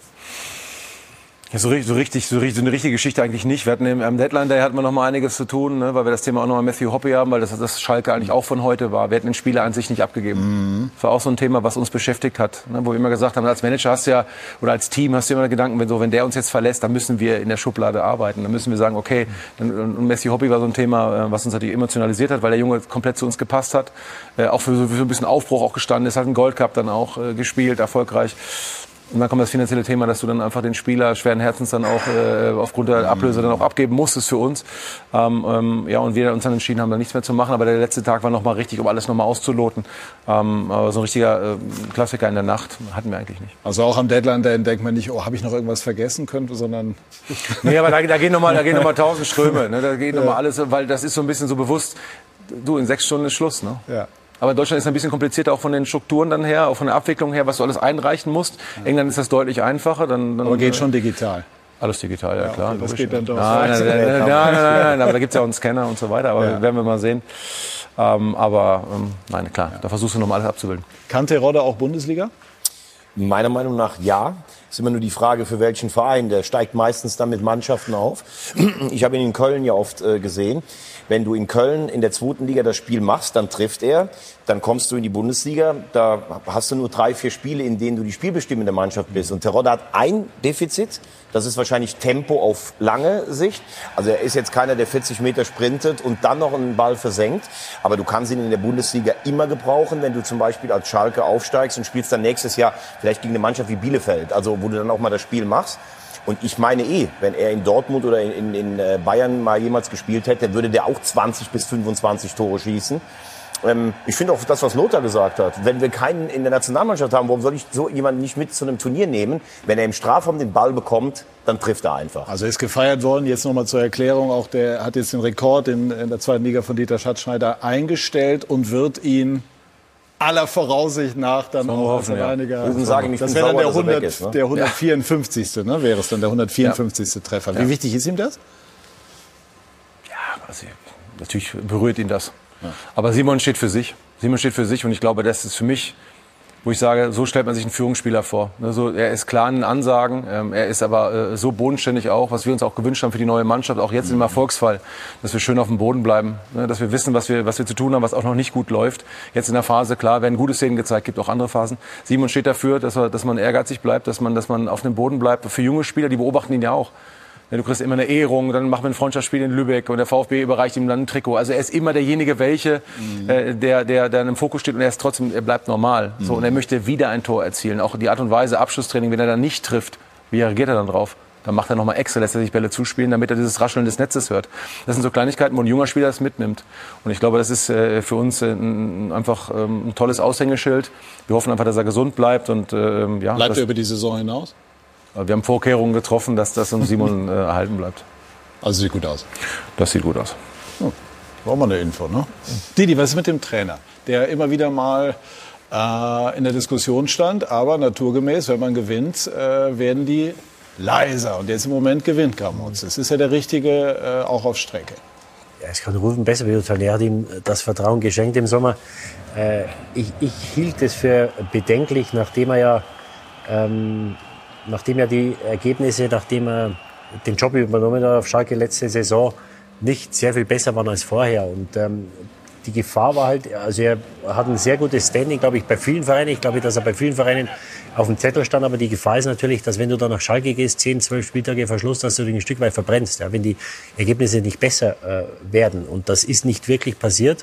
Ja, so eine richtige Geschichte eigentlich nicht. Wir hatten am Deadline Day hatten wir noch mal einiges zu tun, ne, weil wir das Thema auch noch mal Matthew Hoppe haben, weil das Schalke eigentlich auch von heute war. Wir hätten den Spieler an sich nicht abgegeben. Das war auch so ein Thema, was uns beschäftigt hat, ne, wo wir immer gesagt haben, als Manager hast du ja oder als Team hast du immer Gedanken, wenn der uns jetzt verlässt, dann müssen wir in der Schublade arbeiten. Dann müssen wir sagen, okay, und Matthew Hoppe war so ein Thema, was uns natürlich emotionalisiert hat, weil der Junge komplett zu uns gepasst hat, auch für so ein bisschen Aufbruch auch gestanden ist, hat einen Goldcup dann auch gespielt, erfolgreich. Und dann kommt das finanzielle Thema, dass du dann einfach den Spieler schweren Herzens dann auch aufgrund der Ablöse dann auch abgeben musstest für uns. Und wir uns dann entschieden haben, da nichts mehr zu machen. Aber der letzte Tag war nochmal richtig, um alles nochmal auszuloten. Aber so ein richtiger Klassiker in der Nacht hatten wir eigentlich nicht. Also auch am Deadline, da denkt man nicht, oh, habe ich noch irgendwas vergessen können, sondern... Nee, aber da gehen nochmal 1000 Ströme. Ne? Da geht nochmal alles, weil das ist so ein bisschen so bewusst, du, in 6 Stunden ist Schluss. Ne? Ja. Aber Deutschland ist ein bisschen komplizierter, auch von den Strukturen dann her, auch von der Abwicklung her, was du alles einreichen musst. England ist das deutlich einfacher. Aber geht schon digital? Alles digital, ja klar. Okay, das geht dann doch. Nein, aber da gibt es ja auch einen Scanner und so weiter. Aber werden wir mal sehen. Nein, klar, da versuchst du nochmal alles abzubilden. Kann Terodde auch Bundesliga? Meiner Meinung nach ja. Ist immer nur die Frage, für welchen Verein. Der steigt meistens dann mit Mannschaften auf. Ich habe ihn in Köln ja oft gesehen. Wenn du in Köln in der 2. Liga das Spiel machst, dann trifft er. Dann kommst du in die Bundesliga. Da hast du nur 3-4 Spiele, in denen du die spielbestimmende Mannschaft bist. Und Terodde hat ein Defizit. Das ist wahrscheinlich Tempo auf lange Sicht. Also er ist jetzt keiner, der 40 Meter sprintet und dann noch einen Ball versenkt. Aber du kannst ihn in der Bundesliga immer gebrauchen, wenn du zum Beispiel als Schalke aufsteigst und spielst dann nächstes Jahr vielleicht gegen eine Mannschaft wie Bielefeld. Also wo du dann auch mal das Spiel machst. Und ich meine wenn er in Dortmund oder in Bayern mal jemals gespielt hätte, würde der auch 20 bis 25 Tore schießen. Ich finde auch das, was Lothar gesagt hat. Wenn wir keinen in der Nationalmannschaft haben, warum soll ich so jemanden nicht mit zu einem Turnier nehmen? Wenn er im Strafraum den Ball bekommt, dann trifft er einfach. Also er ist gefeiert worden. Jetzt nochmal zur Erklärung. Auch der hat jetzt den Rekord in der 2. Liga von Dieter Schatzschneider eingestellt und wird ihn aller Voraussicht nach dann auch als alleiniger. Das wäre dann der 154. Ne, wäre es dann der 154. Treffer. Wie wichtig ist ihm das? Ja, also, natürlich berührt ihn das. Ja. Aber Simon steht für sich. Und ich glaube, das ist für mich, wo ich sage, so stellt man sich einen Führungsspieler vor. Also, er ist klar in den Ansagen, er ist aber so bodenständig auch, was wir uns auch gewünscht haben für die neue Mannschaft, auch jetzt im Erfolgsfall, dass wir schön auf dem Boden bleiben, dass wir wissen, was wir zu tun haben, was auch noch nicht gut läuft. Jetzt in der Phase, klar, werden gute Szenen gezeigt, gibt auch andere Phasen. Simon steht dafür, dass man ehrgeizig bleibt, dass man auf dem Boden bleibt. Für junge Spieler, die beobachten ihn ja auch. Du kriegst immer eine Ehrung, dann machen wir ein Freundschaftsspiel in Lübeck und der VfB überreicht ihm dann ein Trikot. Also er ist immer derjenige, der im Fokus steht und er bleibt normal. So, und er möchte wieder ein Tor erzielen. Auch die Art und Weise, Abschlusstraining, wenn er dann nicht trifft, wie reagiert er dann drauf? Dann macht er nochmal extra, lässt er sich Bälle zuspielen, damit er dieses Rascheln des Netzes hört. Das sind so Kleinigkeiten, wo ein junger Spieler das mitnimmt. Und ich glaube, das ist für uns einfach ein tolles Aushängeschild. Wir hoffen einfach, dass er gesund bleibt. Und, bleibt er über die Saison hinaus? Wir haben Vorkehrungen getroffen, dass das um Simon erhalten bleibt. Also sieht gut aus. Das sieht gut aus. Oh, brauchen wir eine Info, ne? Didi, was ist mit dem Trainer? Der immer wieder mal in der Diskussion stand, aber naturgemäß, wenn man gewinnt, werden die leiser. Und jetzt im Moment gewinnt Gramotz. Das ist ja der Richtige auch auf Strecke. Ja, es kann rufen besser, er hat ihm das Vertrauen geschenkt im Sommer. Ich hielt es für bedenklich, nachdem er die Ergebnisse, nachdem er den Job übernommen hat auf Schalke letzte Saison, nicht sehr viel besser waren als vorher. Und die Gefahr war halt, also er hat ein sehr gutes Standing, glaube ich, bei vielen Vereinen. Ich glaube, dass er bei vielen Vereinen auf dem Zettel stand. Aber die Gefahr ist natürlich, dass wenn du dann nach Schalke gehst, 10, 12 Spieltage vor Schluss, dass du dich ein Stück weit verbrennst. Ja, wenn die Ergebnisse nicht besser werden. Und das ist nicht wirklich passiert.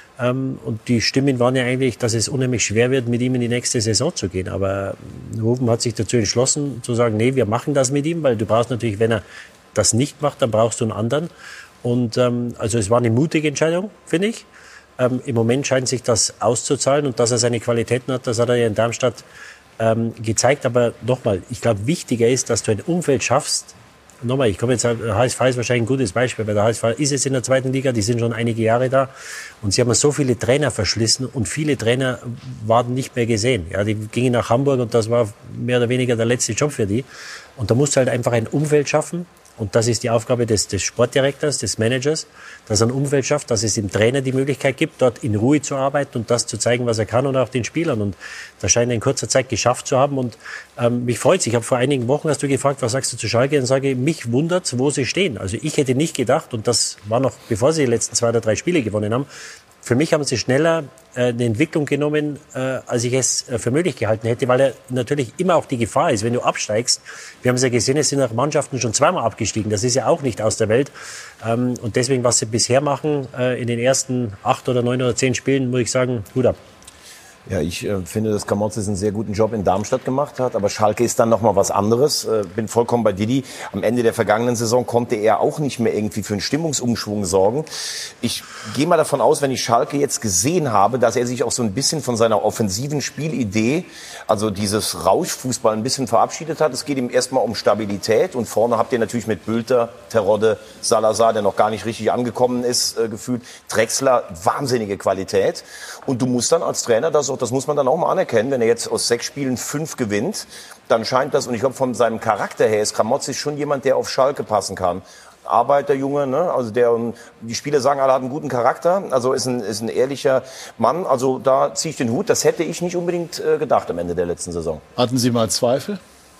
Und die Stimmen waren ja eigentlich, dass es unheimlich schwer wird, mit ihm in die nächste Saison zu gehen. Aber Ruben hat sich dazu entschlossen, zu sagen, nee, wir machen das mit ihm, weil du brauchst natürlich, wenn er das nicht macht, dann brauchst du einen anderen. Und also es war eine mutige Entscheidung, finde ich. Im Moment scheint sich das auszuzahlen und dass er seine Qualitäten hat, das hat er ja in Darmstadt gezeigt. Aber nochmal, ich glaube, wichtiger ist, dass du ein Umfeld schaffst. Nochmal, ich komme jetzt, der HSV ist wahrscheinlich ein gutes Beispiel, weil der HSV ist es in der zweiten Liga, die sind schon einige Jahre da und sie haben so viele Trainer verschlissen und viele Trainer waren nicht mehr gesehen. Ja, die gingen nach Hamburg und das war mehr oder weniger der letzte Job für die. Und da musst du halt einfach ein Umfeld schaffen. Und das ist die Aufgabe des Sportdirektors, des Managers, dass er ein Umfeld schafft, dass es dem Trainer die Möglichkeit gibt, dort in Ruhe zu arbeiten und das zu zeigen, was er kann und auch den Spielern. Und das scheint er in kurzer Zeit geschafft zu haben. Und mich freut's. Ich habe vor einigen Wochen, hast du gefragt, was sagst du zu Schalke? Und sage, mich wundert's, wo sie stehen. Also ich hätte nicht gedacht, und das war noch bevor sie die letzten 2 oder 3 Spiele gewonnen haben, für mich haben sie schneller eine Entwicklung genommen, als ich es für möglich gehalten hätte, weil er natürlich immer auch die Gefahr ist, wenn du absteigst. Wir haben es ja gesehen, es sind auch Mannschaften schon 2-mal abgestiegen. Das ist ja auch nicht aus der Welt. Und deswegen, was sie bisher machen, in den ersten 8 oder 9 oder 10 Spielen, muss ich sagen, Hut ab. Ja, ich finde, dass Kramotzis einen sehr guten Job in Darmstadt gemacht hat, aber Schalke ist dann noch mal was anderes. Bin vollkommen bei Didi. Am Ende der vergangenen Saison konnte er auch nicht mehr irgendwie für einen Stimmungsumschwung sorgen. Ich gehe mal davon aus, wenn ich Schalke jetzt gesehen habe, dass er sich auch so ein bisschen von seiner offensiven Spielidee, also dieses Rauschfußball, ein bisschen verabschiedet hat. Es geht ihm erstmal um Stabilität und vorne habt ihr natürlich mit Bülter, Terodde, Salazar, der noch gar nicht richtig angekommen ist, gefühlt, Drexler, wahnsinnige Qualität. Und du musst dann als Trainer das muss man dann auch mal anerkennen, wenn er jetzt aus 6 Spielen 5 gewinnt, dann scheint das, und ich glaube, von seinem Charakter her ist Kramotzis schon jemand, der auf Schalke passen kann. Arbeiterjunge, ne? Also die Spieler sagen alle, hat einen guten Charakter, also ist ein ehrlicher Mann, also da ziehe ich den Hut, das hätte ich nicht unbedingt gedacht am Ende der letzten Saison. Hatten Sie mal Zweifel?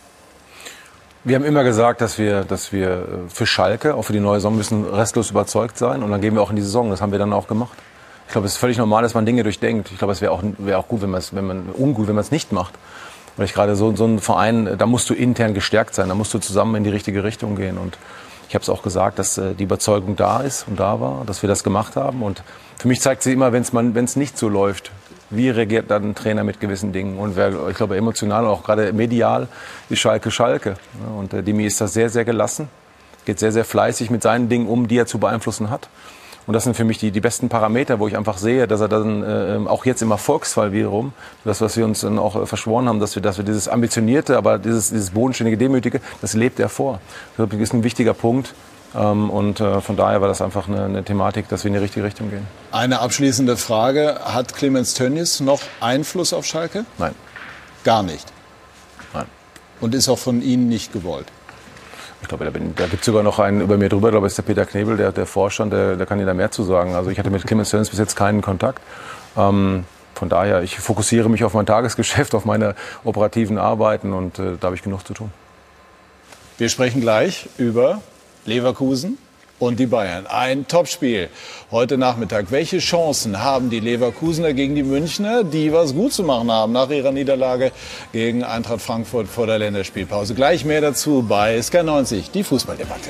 Wir haben immer gesagt, dass wir für Schalke, auch für die neue Saison, müssen restlos überzeugt sein und dann gehen wir auch in die Saison, das haben wir dann auch gemacht. Ich glaube, es ist völlig normal, dass man Dinge durchdenkt. Ich glaube, es wäre auch gut, wenn man es nicht macht. Weil ich gerade so ein Verein, da musst du intern gestärkt sein, da musst du zusammen in die richtige Richtung gehen. Und ich habe es auch gesagt, dass die Überzeugung da ist und da war, dass wir das gemacht haben. Und für mich zeigt sie immer, wenn es nicht so läuft, wie reagiert dann ein Trainer mit gewissen Dingen. Und ich glaube, emotional und auch gerade medial ist Schalke. Und Dimi ist da sehr, sehr gelassen, geht sehr, sehr fleißig mit seinen Dingen um, die er zu beeinflussen hat. Und das sind für mich die besten Parameter, wo ich einfach sehe, dass er dann auch jetzt im Erfolgsfall wiederum, das, was wir uns dann auch verschworen haben, dass wir dieses ambitionierte, aber dieses bodenständige, demütige, das lebt er vor. Das ist ein wichtiger Punkt. Und von daher war das einfach eine Thematik, dass wir in die richtige Richtung gehen. Eine abschließende Frage. Hat Clemens Tönnies noch Einfluss auf Schalke? Nein. Gar nicht? Nein. Und ist auch von Ihnen nicht gewollt? Ich glaube, da gibt es sogar noch einen über mir drüber, ich glaube, das ist der Peter Knebel, der Vorstand, der kann Ihnen da mehr zu sagen. Also ich hatte mit Clemens Tönnies bis jetzt keinen Kontakt. Von daher, ich fokussiere mich auf mein Tagesgeschäft, auf meine operativen Arbeiten und da habe ich genug zu tun. Wir sprechen gleich über Leverkusen und die Bayern. Ein Topspiel heute Nachmittag. Welche Chancen haben die Leverkusener gegen die Münchner, die was gut zu machen haben nach ihrer Niederlage gegen Eintracht Frankfurt vor der Länderspielpause? Gleich mehr dazu bei SK90, die Fußballdebatte.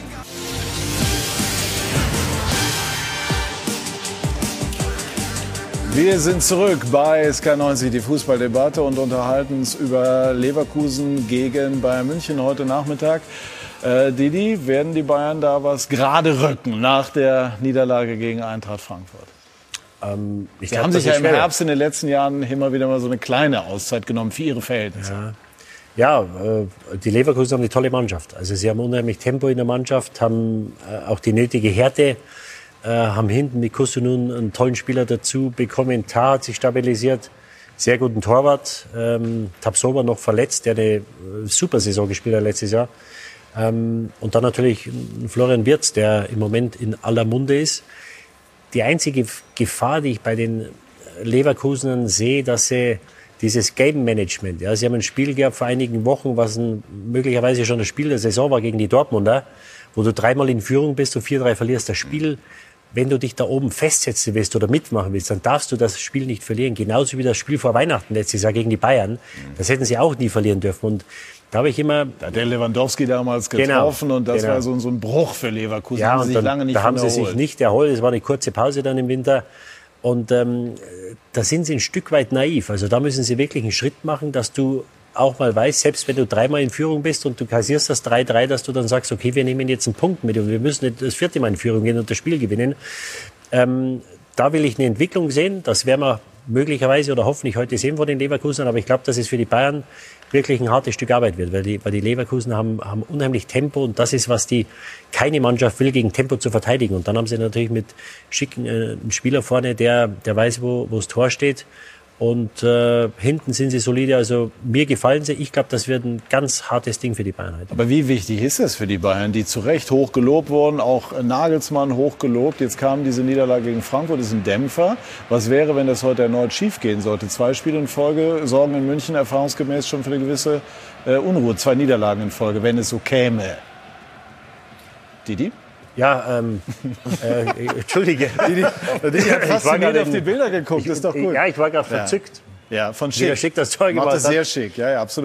Wir sind zurück bei SK90, die Fußballdebatte, und unterhalten uns über Leverkusen gegen Bayern München heute Nachmittag. Didi, werden die Bayern da was gerade rücken nach der Niederlage gegen Eintracht Frankfurt? Sie haben sich ja im Herbst in den letzten Jahren immer wieder mal so eine kleine Auszeit genommen für ihre Verhältnisse. Ja, die Leverkusen haben eine tolle Mannschaft. Also sie haben unheimlich Tempo in der Mannschaft, haben auch die nötige Härte, haben hinten mit Kustunun einen tollen Spieler dazu bekommen. Tah hat sich stabilisiert, sehr guten Torwart. Tapsoba noch verletzt, der eine super Saison gespielt hat letztes Jahr. Und dann natürlich Florian Wirtz, der im Moment in aller Munde ist. Die einzige Gefahr, die ich bei den Leverkusenern sehe, dass sie dieses Game Management. Ja, sie haben ein Spiel gehabt vor einigen Wochen, was möglicherweise schon das Spiel der Saison war gegen die Dortmunder, wo du 3-mal in Führung bist und 4-3 verlierst. Das Spiel, wenn du dich da oben festsetzen willst oder mitmachen willst, dann darfst du das Spiel nicht verlieren. Genauso wie das Spiel vor Weihnachten letztes Jahr gegen die Bayern. Das hätten sie auch nie verlieren dürfen. Und da habe ich immer... Da hat der Lewandowski damals getroffen und das war so ein Bruch für Leverkusen. Ja, und da haben sie sich nicht erholt. Es war eine kurze Pause dann im Winter. Und da sind sie ein Stück weit naiv. Also da müssen sie wirklich einen Schritt machen, dass du auch mal weißt, selbst wenn du 3-mal in Führung bist und du kassierst das 3-3, dass du dann sagst, okay, wir nehmen jetzt einen Punkt mit und wir müssen nicht das 4. Mal in Führung gehen und das Spiel gewinnen. Da will ich eine Entwicklung sehen. Das werden wir möglicherweise oder hoffentlich heute sehen von den Leverkusenern. Aber ich glaube, dass es für die Bayern wirklich ein hartes Stück Arbeit wird, weil die Leverkusen haben unheimlich Tempo und das ist, was keine Mannschaft will, gegen Tempo zu verteidigen. Und dann haben sie natürlich mit Schick einen Spieler vorne, der weiß, wo das Tor steht. Und hinten sind sie solide. Also mir gefallen sie. Ich glaube, das wird ein ganz hartes Ding für die Bayern heute. Aber wie wichtig ist das für die Bayern, die zu Recht hoch gelobt wurden, auch Nagelsmann hoch gelobt. Jetzt kam diese Niederlage gegen Frankfurt, das ist ein Dämpfer. Was wäre, wenn das heute erneut schief gehen sollte? 2 Spiele in Folge sorgen in München erfahrungsgemäß schon für eine gewisse Unruhe. 2 Niederlagen in Folge, wenn es so käme. Didi? Ja, Entschuldige. Didi hat fasziniert auf die Bilder geguckt, das ist doch gut. Ja, ich war gerade verzückt. Ja, von Schick. Schick das Tor gemacht hat. Sehr schick, ja, absolut.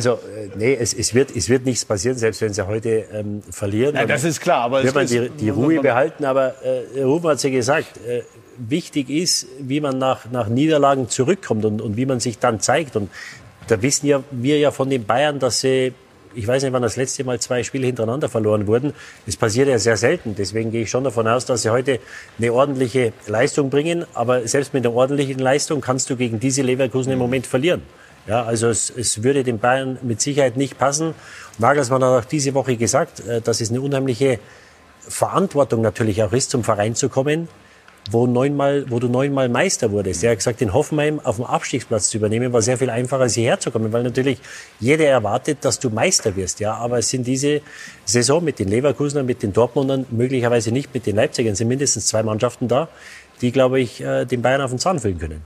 Es wird nichts passieren, selbst wenn sie heute verlieren. Ja, das ist klar. Aber wird man die Ruhe behalten. Aber Rufen hat es ja gesagt, wichtig ist, wie man nach Niederlagen zurückkommt und wie man sich dann zeigt. Und da wissen wir ja von den Bayern, dass sie... Ich weiß nicht, wann das letzte Mal 2 Spiele hintereinander verloren wurden. Das passiert ja sehr selten. Deswegen gehe ich schon davon aus, dass sie heute eine ordentliche Leistung bringen. Aber selbst mit einer ordentlichen Leistung kannst du gegen diese Leverkusen im Moment verlieren. Ja, also es würde den Bayern mit Sicherheit nicht passen. Nagelsmann hat auch diese Woche gesagt, dass es eine unheimliche Verantwortung natürlich auch ist, zum Verein zu kommen, wo du 9-mal Meister wurdest. Er hat gesagt, in Hoffenheim auf dem Abstiegsplatz zu übernehmen, war sehr viel einfacher, als hierher zu kommen, weil natürlich jeder erwartet, dass du Meister wirst. Ja, aber es sind diese Saison mit den Leverkusenern, mit den Dortmundern, möglicherweise nicht mit den Leipzigern, es sind mindestens 2 Mannschaften da, die, glaube ich, den Bayern auf den Zahn füllen können.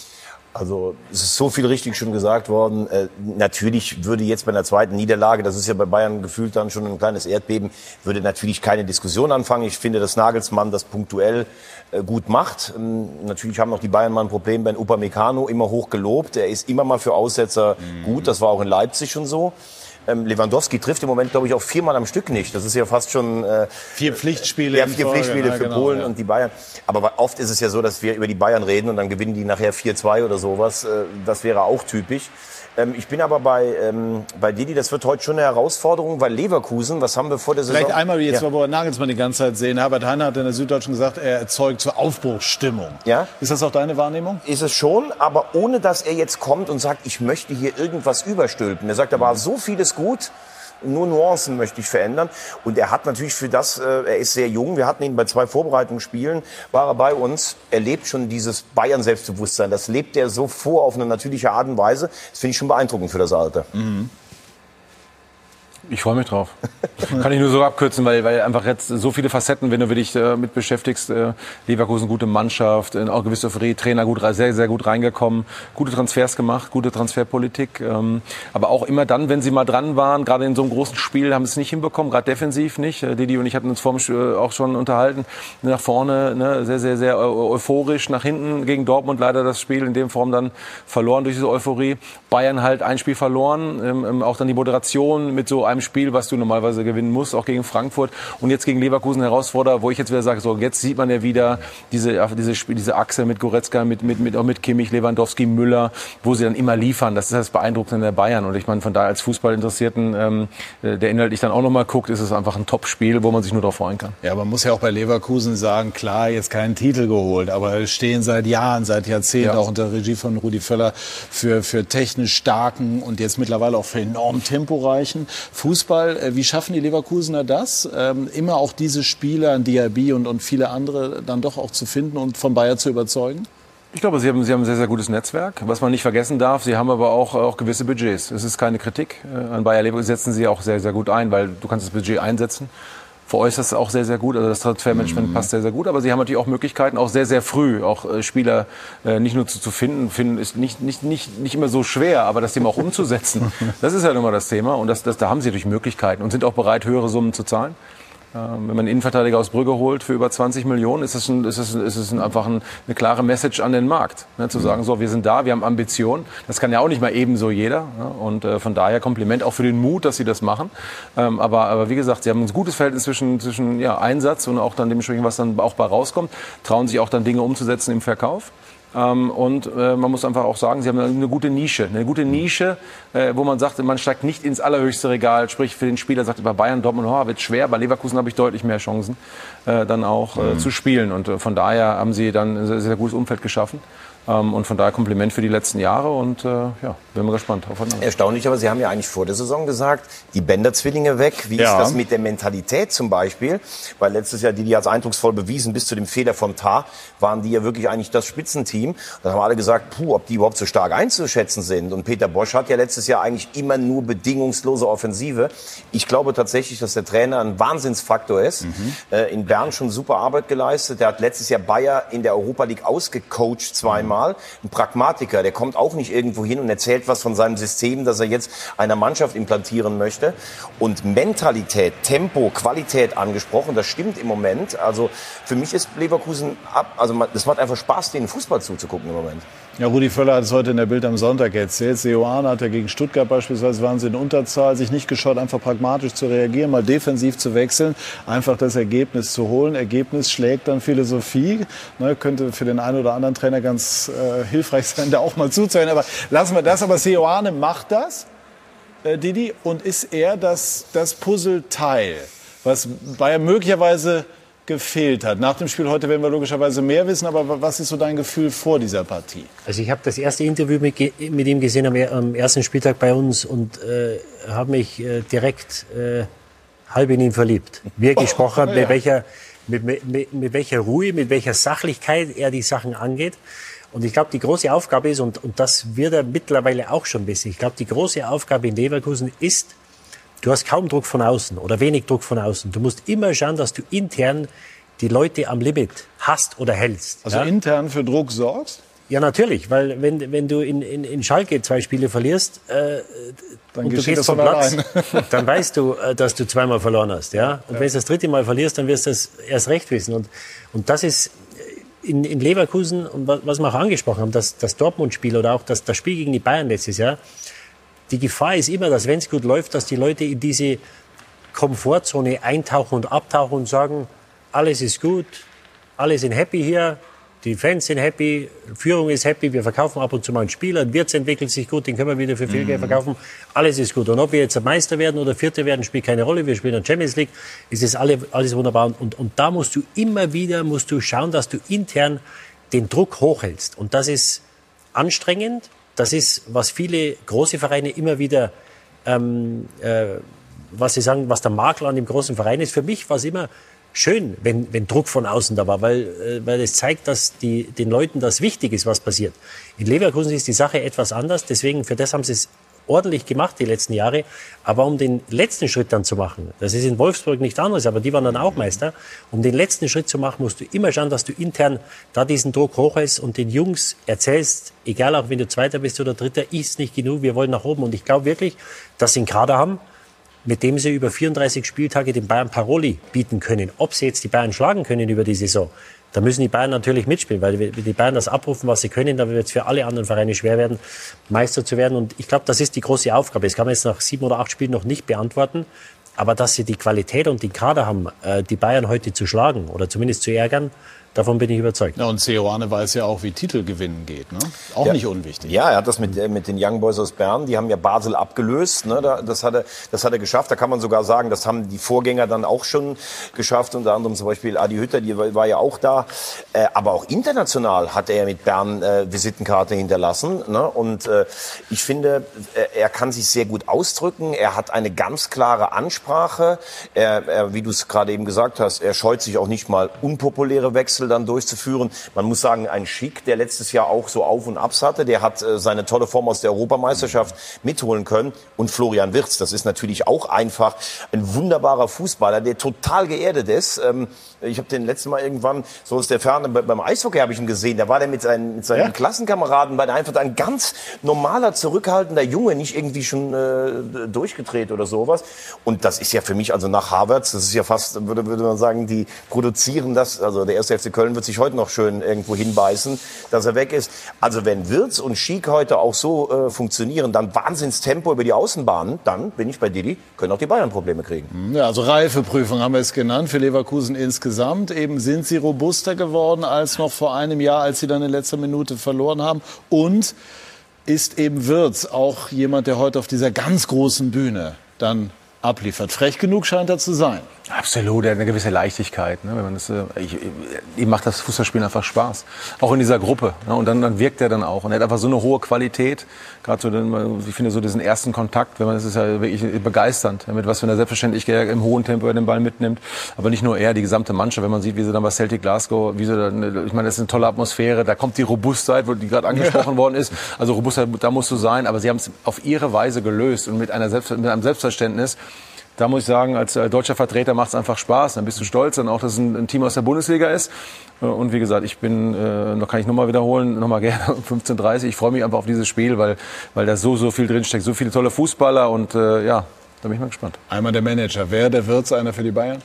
Also es ist so viel richtig schon gesagt worden. Natürlich würde jetzt bei einer zweiten Niederlage, das ist ja bei Bayern gefühlt dann schon ein kleines Erdbeben, würde natürlich keine Diskussion anfangen. Ich finde, dass Nagelsmann das punktuell gut macht. Natürlich haben auch die Bayern mal ein Problem bei Upamecano, immer hoch gelobt. Er ist immer mal für Aussetzer gut, das war auch in Leipzig schon so. Lewandowski trifft im Moment, glaube ich, auch 4-mal am Stück nicht. Das ist ja fast schon 4 Pflichtspiele. Ja, 4 Pflichtspiele für Polen und die Bayern. Aber oft ist es ja so, dass wir über die Bayern reden und dann gewinnen die nachher 4-2 oder sowas. Das wäre auch typisch. Ich bin aber bei Didi, das wird heute schon eine Herausforderung, weil Leverkusen, was haben wir vor der Saison? Vielleicht einmal, jetzt wo wir Nagelsmann die ganze Zeit sehen. Herbert Heiner hat in der Süddeutschen gesagt, er erzeugt zur Aufbruchsstimmung. Ja? Ist das auch deine Wahrnehmung? Ist es schon, aber ohne, dass er jetzt kommt und sagt, ich möchte hier irgendwas überstülpen. Er sagt, da war so vieles gut. Nur Nuancen möchte ich verändern. Und er hat natürlich für das, er ist sehr jung, wir hatten ihn bei 2 Vorbereitungsspielen, war er bei uns. Er lebt schon dieses Bayern-Selbstbewusstsein. Das lebt er so vor auf eine natürliche Art und Weise. Das finde ich schon beeindruckend für das Alter. Mhm. Ich freue mich drauf. Kann ich nur so abkürzen, weil einfach jetzt so viele Facetten, wenn du dich mit beschäftigst. Leverkusen, gute Mannschaft, auch gewisse Euphorie, Trainer sehr, sehr gut reingekommen, gute Transfers gemacht, gute Transferpolitik. Aber auch immer dann, wenn sie mal dran waren, gerade in so einem großen Spiel, haben sie es nicht hinbekommen, gerade defensiv nicht. Didi und ich hatten uns vor dem Spiel auch schon unterhalten. Nach vorne sehr, sehr, sehr euphorisch, nach hinten gegen Dortmund leider das Spiel in dem Form dann verloren durch diese Euphorie. Bayern halt ein Spiel verloren, auch dann die Moderation mit so einem Spiel, was du normalerweise gewinnen musst, auch gegen Frankfurt und jetzt gegen Leverkusen Herausforderer, wo ich jetzt wieder sage, so jetzt sieht man ja wieder diese Achse mit Goretzka, auch mit Kimmich, Lewandowski, Müller, wo sie dann immer liefern. Das ist das Beeindruckende der Bayern und ich meine, von daher als Fußballinteressierten, der inhaltlich dann auch nochmal guckt, ist es einfach ein Top-Spiel, wo man sich nur darauf freuen kann. Ja, man muss ja auch bei Leverkusen sagen, klar, jetzt keinen Titel geholt, aber stehen seit Jahren, seit Jahrzehnten, auch unter Regie von Rudi Völler, für technisch starken und jetzt mittlerweile auch für enorm temporeichen Fußball. Wie schaffen die Leverkusener das? Immer auch diese Spieler, Diaby und viele andere, dann doch auch zu finden und von Bayern zu überzeugen? Ich glaube, sie haben ein sehr, sehr gutes Netzwerk. Was man nicht vergessen darf, sie haben aber auch gewisse Budgets. Es ist keine Kritik an Bayer Leverkusen, setzen sie auch sehr, sehr gut ein, weil du kannst das Budget einsetzen. veräußert es auch sehr, sehr gut. Also das Transfermanagement passt sehr, sehr gut. Aber sie haben natürlich auch Möglichkeiten, auch sehr, sehr früh auch Spieler nicht nur zu finden. Finden ist nicht immer so schwer, aber das Thema auch umzusetzen, das ist ja nun mal das Thema. Und da haben sie natürlich Möglichkeiten und sind auch bereit, höhere Summen zu zahlen. Wenn man einen Innenverteidiger aus Brügge holt für über 20 Millionen, ist es einfach eine klare Message an den Markt. Ne, zu sagen, so, wir sind da, wir haben Ambitionen. Das kann ja auch nicht mal ebenso jeder. Ne, und von daher Kompliment auch für den Mut, dass sie das machen. Aber wie gesagt, sie haben ein gutes Verhältnis zwischen Einsatz und auch dann dementsprechend, was dann auch bei rauskommt. Trauen sich auch dann Dinge umzusetzen im Verkauf. Und man muss einfach auch sagen, sie haben eine gute Nische, wo man sagt, man steigt nicht ins allerhöchste Regal, sprich für den Spieler sagt, bei Bayern, Dortmund, wird schwer, bei Leverkusen habe ich deutlich mehr Chancen, dann auch zu spielen. Und von daher haben sie dann ein sehr, sehr gutes Umfeld geschaffen. Und von daher Kompliment für die letzten Jahre und bin mal gespannt aufeinander. Erstaunlich, aber Sie haben ja eigentlich vor der Saison gesagt, die Bender-Zwillinge weg. Wie ist das mit der Mentalität zum Beispiel? Weil letztes Jahr, die hat es eindrucksvoll bewiesen, bis zu dem Fehler von Tah waren die ja wirklich eigentlich das Spitzenteam. Da haben alle gesagt, ob die überhaupt so stark einzuschätzen sind. Und Peter Bosch hat ja letztes Jahr eigentlich immer nur bedingungslose Offensive. Ich glaube tatsächlich, dass der Trainer ein Wahnsinnsfaktor ist. In Bern schon super Arbeit geleistet. Der hat letztes Jahr Bayer in der Europa League ausgecoacht zweimal. Ein Pragmatiker, der kommt auch nicht irgendwo hin und erzählt was von seinem System, das er jetzt einer Mannschaft implantieren möchte. Und Mentalität, Tempo, Qualität angesprochen, das stimmt im Moment. Also für mich ist Leverkusen es macht einfach Spaß, denen Fußball zuzugucken im Moment. Ja, Rudi Völler hat es heute in der Bild am Sonntag erzählt. Seoane hat ja gegen Stuttgart beispielsweise, waren sie in Unterzahl, sich nicht geschaut, einfach pragmatisch zu reagieren, mal defensiv zu wechseln, einfach das Ergebnis zu holen. Ergebnis schlägt dann Philosophie. Ne, könnte für den einen oder anderen Trainer ganz hilfreich sein, da auch mal zuzuhören. Aber lassen wir das. Aber Seoane macht das, Didi, und ist er das Puzzleteil, was Bayern möglicherweise gefehlt hat. Nach dem Spiel heute werden wir logischerweise mehr wissen, aber was ist so dein Gefühl vor dieser Partie? Also ich habe das erste Interview mit ihm gesehen am ersten Spieltag bei uns und habe mich direkt halb in ihn verliebt. Wie er gesprochen hat, mit welcher Ruhe, mit welcher Sachlichkeit er die Sachen angeht. Und ich glaube, die große Aufgabe ist, und das wird er mittlerweile auch schon besser, ich glaube, die große Aufgabe in Leverkusen ist, du hast kaum Druck von außen oder wenig Druck von außen. Du musst immer schauen, dass du intern die Leute am Limit hast oder hältst. Also intern für Druck sorgst? Ja, natürlich, weil wenn du in Schalke 2 Spiele verlierst dann und du gehst vom Platz, dann weißt du, dass du zweimal verloren hast. Ja? Und wenn du das dritte Mal verlierst, dann wirst du das erst recht wissen. Und das ist in Leverkusen, und was wir auch angesprochen haben, das Dortmund-Spiel oder auch das Spiel gegen die Bayern letztes Jahr, die Gefahr ist immer, dass wenn es gut läuft, dass die Leute in diese Komfortzone eintauchen und abtauchen und sagen, alles ist gut, alle sind happy hier, die Fans sind happy, Führung ist happy, wir verkaufen ab und zu mal einen Spieler, ein Wirtz entwickelt sich gut, den können wir wieder für viel Geld verkaufen, alles ist gut. Und ob wir jetzt Meister werden oder Vierter werden, spielt keine Rolle, wir spielen in der Champions League, ist das alles wunderbar. Und da musst du immer wieder schauen, dass du intern den Druck hochhältst. Und das ist anstrengend. Das ist, was viele große Vereine immer wieder, was sie sagen, was der Makel an dem großen Verein ist. Für mich war es immer schön, wenn Druck von außen da war, weil es zeigt, dass den Leuten das wichtig ist, was passiert. In Leverkusen ist die Sache etwas anders, deswegen für das haben sie es ordentlich gemacht die letzten Jahre. Aber um den letzten Schritt dann zu machen, das ist in Wolfsburg nicht anders, aber die waren dann auch Meister, um den letzten Schritt zu machen, musst du immer schauen, dass du intern da diesen Druck hochhältst und den Jungs erzählst, egal auch wenn du Zweiter bist oder Dritter, ist nicht genug, wir wollen nach oben. Und ich glaube wirklich, dass sie einen Kader haben, mit dem sie über 34 Spieltage den Bayern Paroli bieten können. Ob sie jetzt die Bayern schlagen können über die Saison, da müssen die Bayern natürlich mitspielen, weil wenn die Bayern das abrufen, was sie können, dann wird es für alle anderen Vereine schwer werden, Meister zu werden. Und ich glaube, das ist die große Aufgabe. Das kann man jetzt nach 7 oder 8 Spielen noch nicht beantworten. Aber dass sie die Qualität und den Kader haben, die Bayern heute zu schlagen oder zumindest zu ärgern, davon bin ich überzeugt. Ja, und Seoane weiß ja auch, wie Titelgewinnen geht. Ne? Auch ja, nicht unwichtig. Ja, er hat das mit den Young Boys aus Bern, die haben ja Basel abgelöst. Ne? Das hat er geschafft. Da kann man sogar sagen, das haben die Vorgänger dann auch schon geschafft. Unter anderem zum Beispiel Adi Hütter, die war ja auch da. Aber auch international hat er mit Bern Visitenkarte hinterlassen. Ne? Und ich finde, er kann sich sehr gut ausdrücken. Er hat eine ganz klare Ansprache. Wie du es gerade eben gesagt hast, er scheut sich auch nicht mal unpopuläre Wechsel Wechsel dann durchzuführen. Man muss sagen, ein Schick, der letztes Jahr auch so Auf und Abs hatte, der hat seine tolle Form aus der Europameisterschaft mitholen können. Und Florian Wirtz, das ist natürlich auch einfach ein wunderbarer Fußballer, der total geerdet ist. Ich habe den letzten Mal irgendwann so aus der Ferne beim Eishockey habe ich ihn gesehen. Da war der mit seinen Klassenkameraden bei der Eintracht ein ganz normaler, zurückhaltender Junge, nicht irgendwie schon durchgedreht oder sowas. Und das ist ja für mich, also nach Havertz, das ist ja fast, würde man sagen, die produzieren das. Also der 1. FC Köln wird sich heute noch schön irgendwo hinbeißen, dass er weg ist. Also wenn Wirtz und Schick heute auch so funktionieren, dann Wahnsinnstempo über die Außenbahnen, dann bin ich bei Didi, können auch die Bayern Probleme kriegen. Ja, also Reifeprüfung haben wir es genannt für Leverkusen insgesamt. Eben sind sie robuster geworden als noch vor einem Jahr, als sie dann in letzter Minute verloren haben. Und ist eben Wirtz auch jemand, der heute auf dieser ganz großen Bühne dann abliefert. Frech genug scheint er zu sein. Absolut, er hat eine gewisse Leichtigkeit. Ne? Wenn man das, ihm macht das Fußballspielen einfach Spaß. Auch in dieser Gruppe. Ne? Und dann wirkt er dann auch. Und er hat einfach so eine hohe Qualität. Gerade so, ich finde so diesen ersten Kontakt, das ist ja wirklich begeisternd. Mit was für einer Selbstverständlichkeit im hohen Tempo er den Ball mitnimmt. Aber nicht nur er, die gesamte Mannschaft. Wenn man sieht, wie sie dann bei Celtic Glasgow, ich meine, das ist eine tolle Atmosphäre. Da kommt die Robustheit, die gerade angesprochen worden ist. Also Robustheit, da musst du sein. Aber sie haben es auf ihre Weise gelöst und mit einem Selbstverständnis. Da muss ich sagen, als deutscher Vertreter macht es einfach Spaß. Dann bist du stolz, dann auch, dass es ein Team aus der Bundesliga ist. Und wie gesagt, ich bin, kann ich nochmal wiederholen, nochmal gerne 15:30. Ich freue mich einfach auf dieses Spiel, weil da so viel drinsteckt, so viele tolle Fußballer und ja, da bin ich mal gespannt. Einmal der Manager. Wäre der Wirtz einer für die Bayern?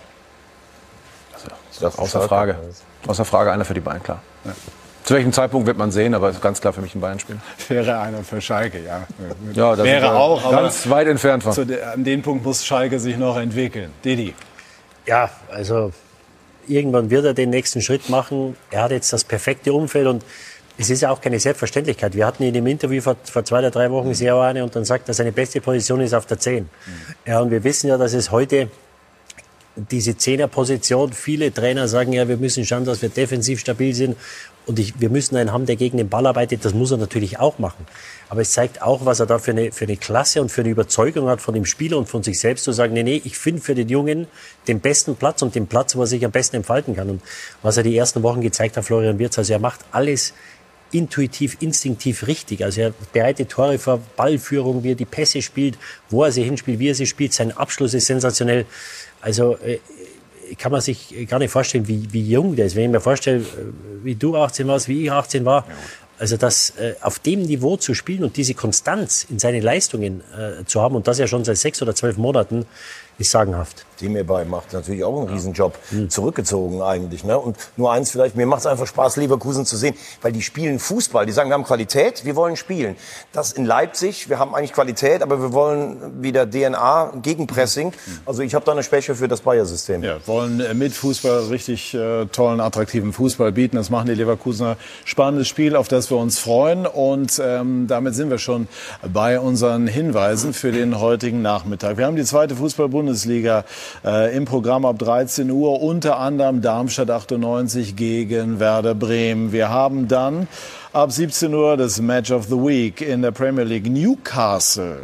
Also, außer Frage. Außer Frage einer für die Bayern, klar. Ja. Zu welchem Zeitpunkt wird man sehen, aber ist ganz klar für mich ein Bayern-Spiel. Wäre einer für Schalke, ja. Ja, das wäre auch, aber ganz weit entfernt von. An den Punkt muss Schalke sich noch entwickeln. Didi. Ja, also irgendwann wird er den nächsten Schritt machen. Er hat jetzt das perfekte Umfeld und es ist ja auch keine Selbstverständlichkeit. Wir hatten ihn im Interview vor 2 oder 3 Wochen sehr eine und dann sagt er, seine beste Position ist auf der 10. Ja, und wir wissen ja, dass es heute diese 10er-Position, viele Trainer sagen ja, wir müssen schauen, dass wir defensiv stabil sind. Und wir müssen einen haben, der gegen den Ball arbeitet. Das muss er natürlich auch machen. Aber es zeigt auch, was er da für eine Klasse und für eine Überzeugung hat von dem Spieler und von sich selbst, zu sagen, nee, ich finde für den Jungen den besten Platz und den Platz, wo er sich am besten entfalten kann. Und was er die ersten Wochen gezeigt hat, Florian Wirtz, also er macht alles intuitiv, instinktiv richtig. Also er bereitet Tore vor, Ballführung, wie er die Pässe spielt, wo er sie hinspielt, wie er sie spielt. Sein Abschluss ist sensationell. Also kann man sich gar nicht vorstellen, wie jung der ist. Wenn ich mir vorstelle, wie du 18 warst, wie ich 18 war, also das auf dem Niveau zu spielen und diese Konstanz in seinen Leistungen zu haben und das ja schon seit 6 oder 12 Monaten, ist sagenhaft. Team hierbei macht natürlich auch einen Riesenjob. Zurückgezogen eigentlich. Ne? Und nur eins vielleicht, mir macht es einfach Spaß, Leverkusen zu sehen, weil die spielen Fußball. Die sagen, wir haben Qualität, wir wollen spielen. Das in Leipzig, wir haben eigentlich Qualität, aber wir wollen wieder DNA, Gegenpressing. Also ich habe da eine Schwäche für das Bayer-System. Ja, wollen mit Fußball richtig tollen, attraktiven Fußball bieten. Das machen die Leverkusener. Spannendes Spiel, auf das wir uns freuen. Und damit sind wir schon bei unseren Hinweisen für den heutigen Nachmittag. Wir haben die zweite Fußball-Bundesliga im Programm ab 13 Uhr, unter anderem Darmstadt 98 gegen Werder Bremen. Wir haben dann ab 17 Uhr das Match of the Week in der Premier League. Newcastle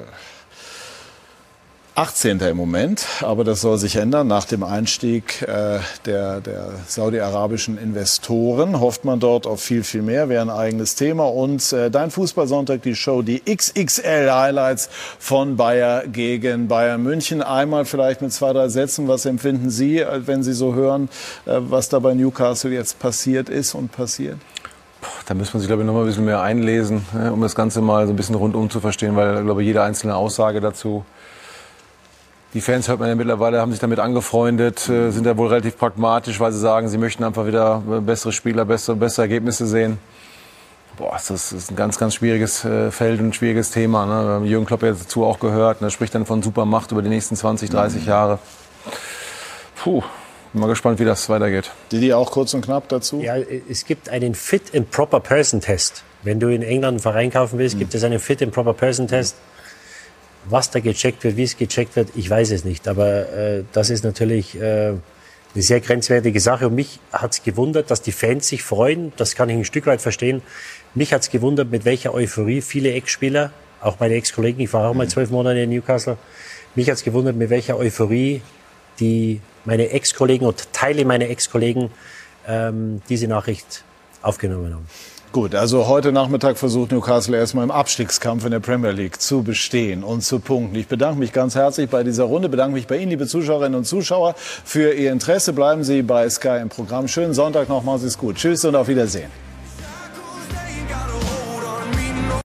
18. im Moment, aber das soll sich ändern. Nach dem Einstieg der saudi-arabischen Investoren hofft man dort auf viel, viel mehr. Wäre ein eigenes Thema. Und dein Fußballsonntag, die Show, die XXL-Highlights von Bayer gegen Bayern München. Einmal vielleicht mit 2, 3 Sätzen. Was empfinden Sie, wenn Sie so hören, was da bei Newcastle jetzt passiert ist und passiert? Da müssen wir sich, glaube ich, noch mal ein bisschen mehr einlesen, um das Ganze mal so ein bisschen rundum zu verstehen, weil, glaube ich, jede einzelne Aussage dazu. Die Fans, hört man ja mittlerweile, haben sich damit angefreundet, sind ja wohl relativ pragmatisch, weil sie sagen, sie möchten einfach wieder bessere Spieler, bessere Ergebnisse sehen. Boah, das ist ein ganz, ganz schwieriges Feld und ein schwieriges Thema. Ne? Wir haben Jürgen Klopp ja dazu auch gehört. Er spricht dann von Supermacht über die nächsten 20, 30 Jahre. Puh, bin mal gespannt, wie das weitergeht. Didi, auch kurz und knapp dazu? Ja, es gibt einen Fit and Proper Person Test. Wenn du in England einen Verein kaufen willst, gibt es einen Fit and Proper Person Test. Was da gecheckt wird, wie es gecheckt wird, ich weiß es nicht. Aber das ist natürlich eine sehr grenzwertige Sache. Und mich hat es gewundert, dass die Fans sich freuen. Das kann ich ein Stück weit verstehen. Mich hat es gewundert, mit welcher Euphorie viele Ex-Spieler, auch meine Ex-Kollegen, ich war auch mal 12 Monate in Newcastle, mich hat es gewundert, mit welcher Euphorie die meine Ex-Kollegen und Teile meiner Ex-Kollegen diese Nachricht aufgenommen haben. Gut, also heute Nachmittag versucht Newcastle erstmal im Abstiegskampf in der Premier League zu bestehen und zu punkten. Ich bedanke mich ganz herzlich bei dieser Runde, bedanke mich bei Ihnen, liebe Zuschauerinnen und Zuschauer, für Ihr Interesse. Bleiben Sie bei Sky im Programm. Schönen Sonntag noch, machen Sie es gut. Tschüss und auf Wiedersehen.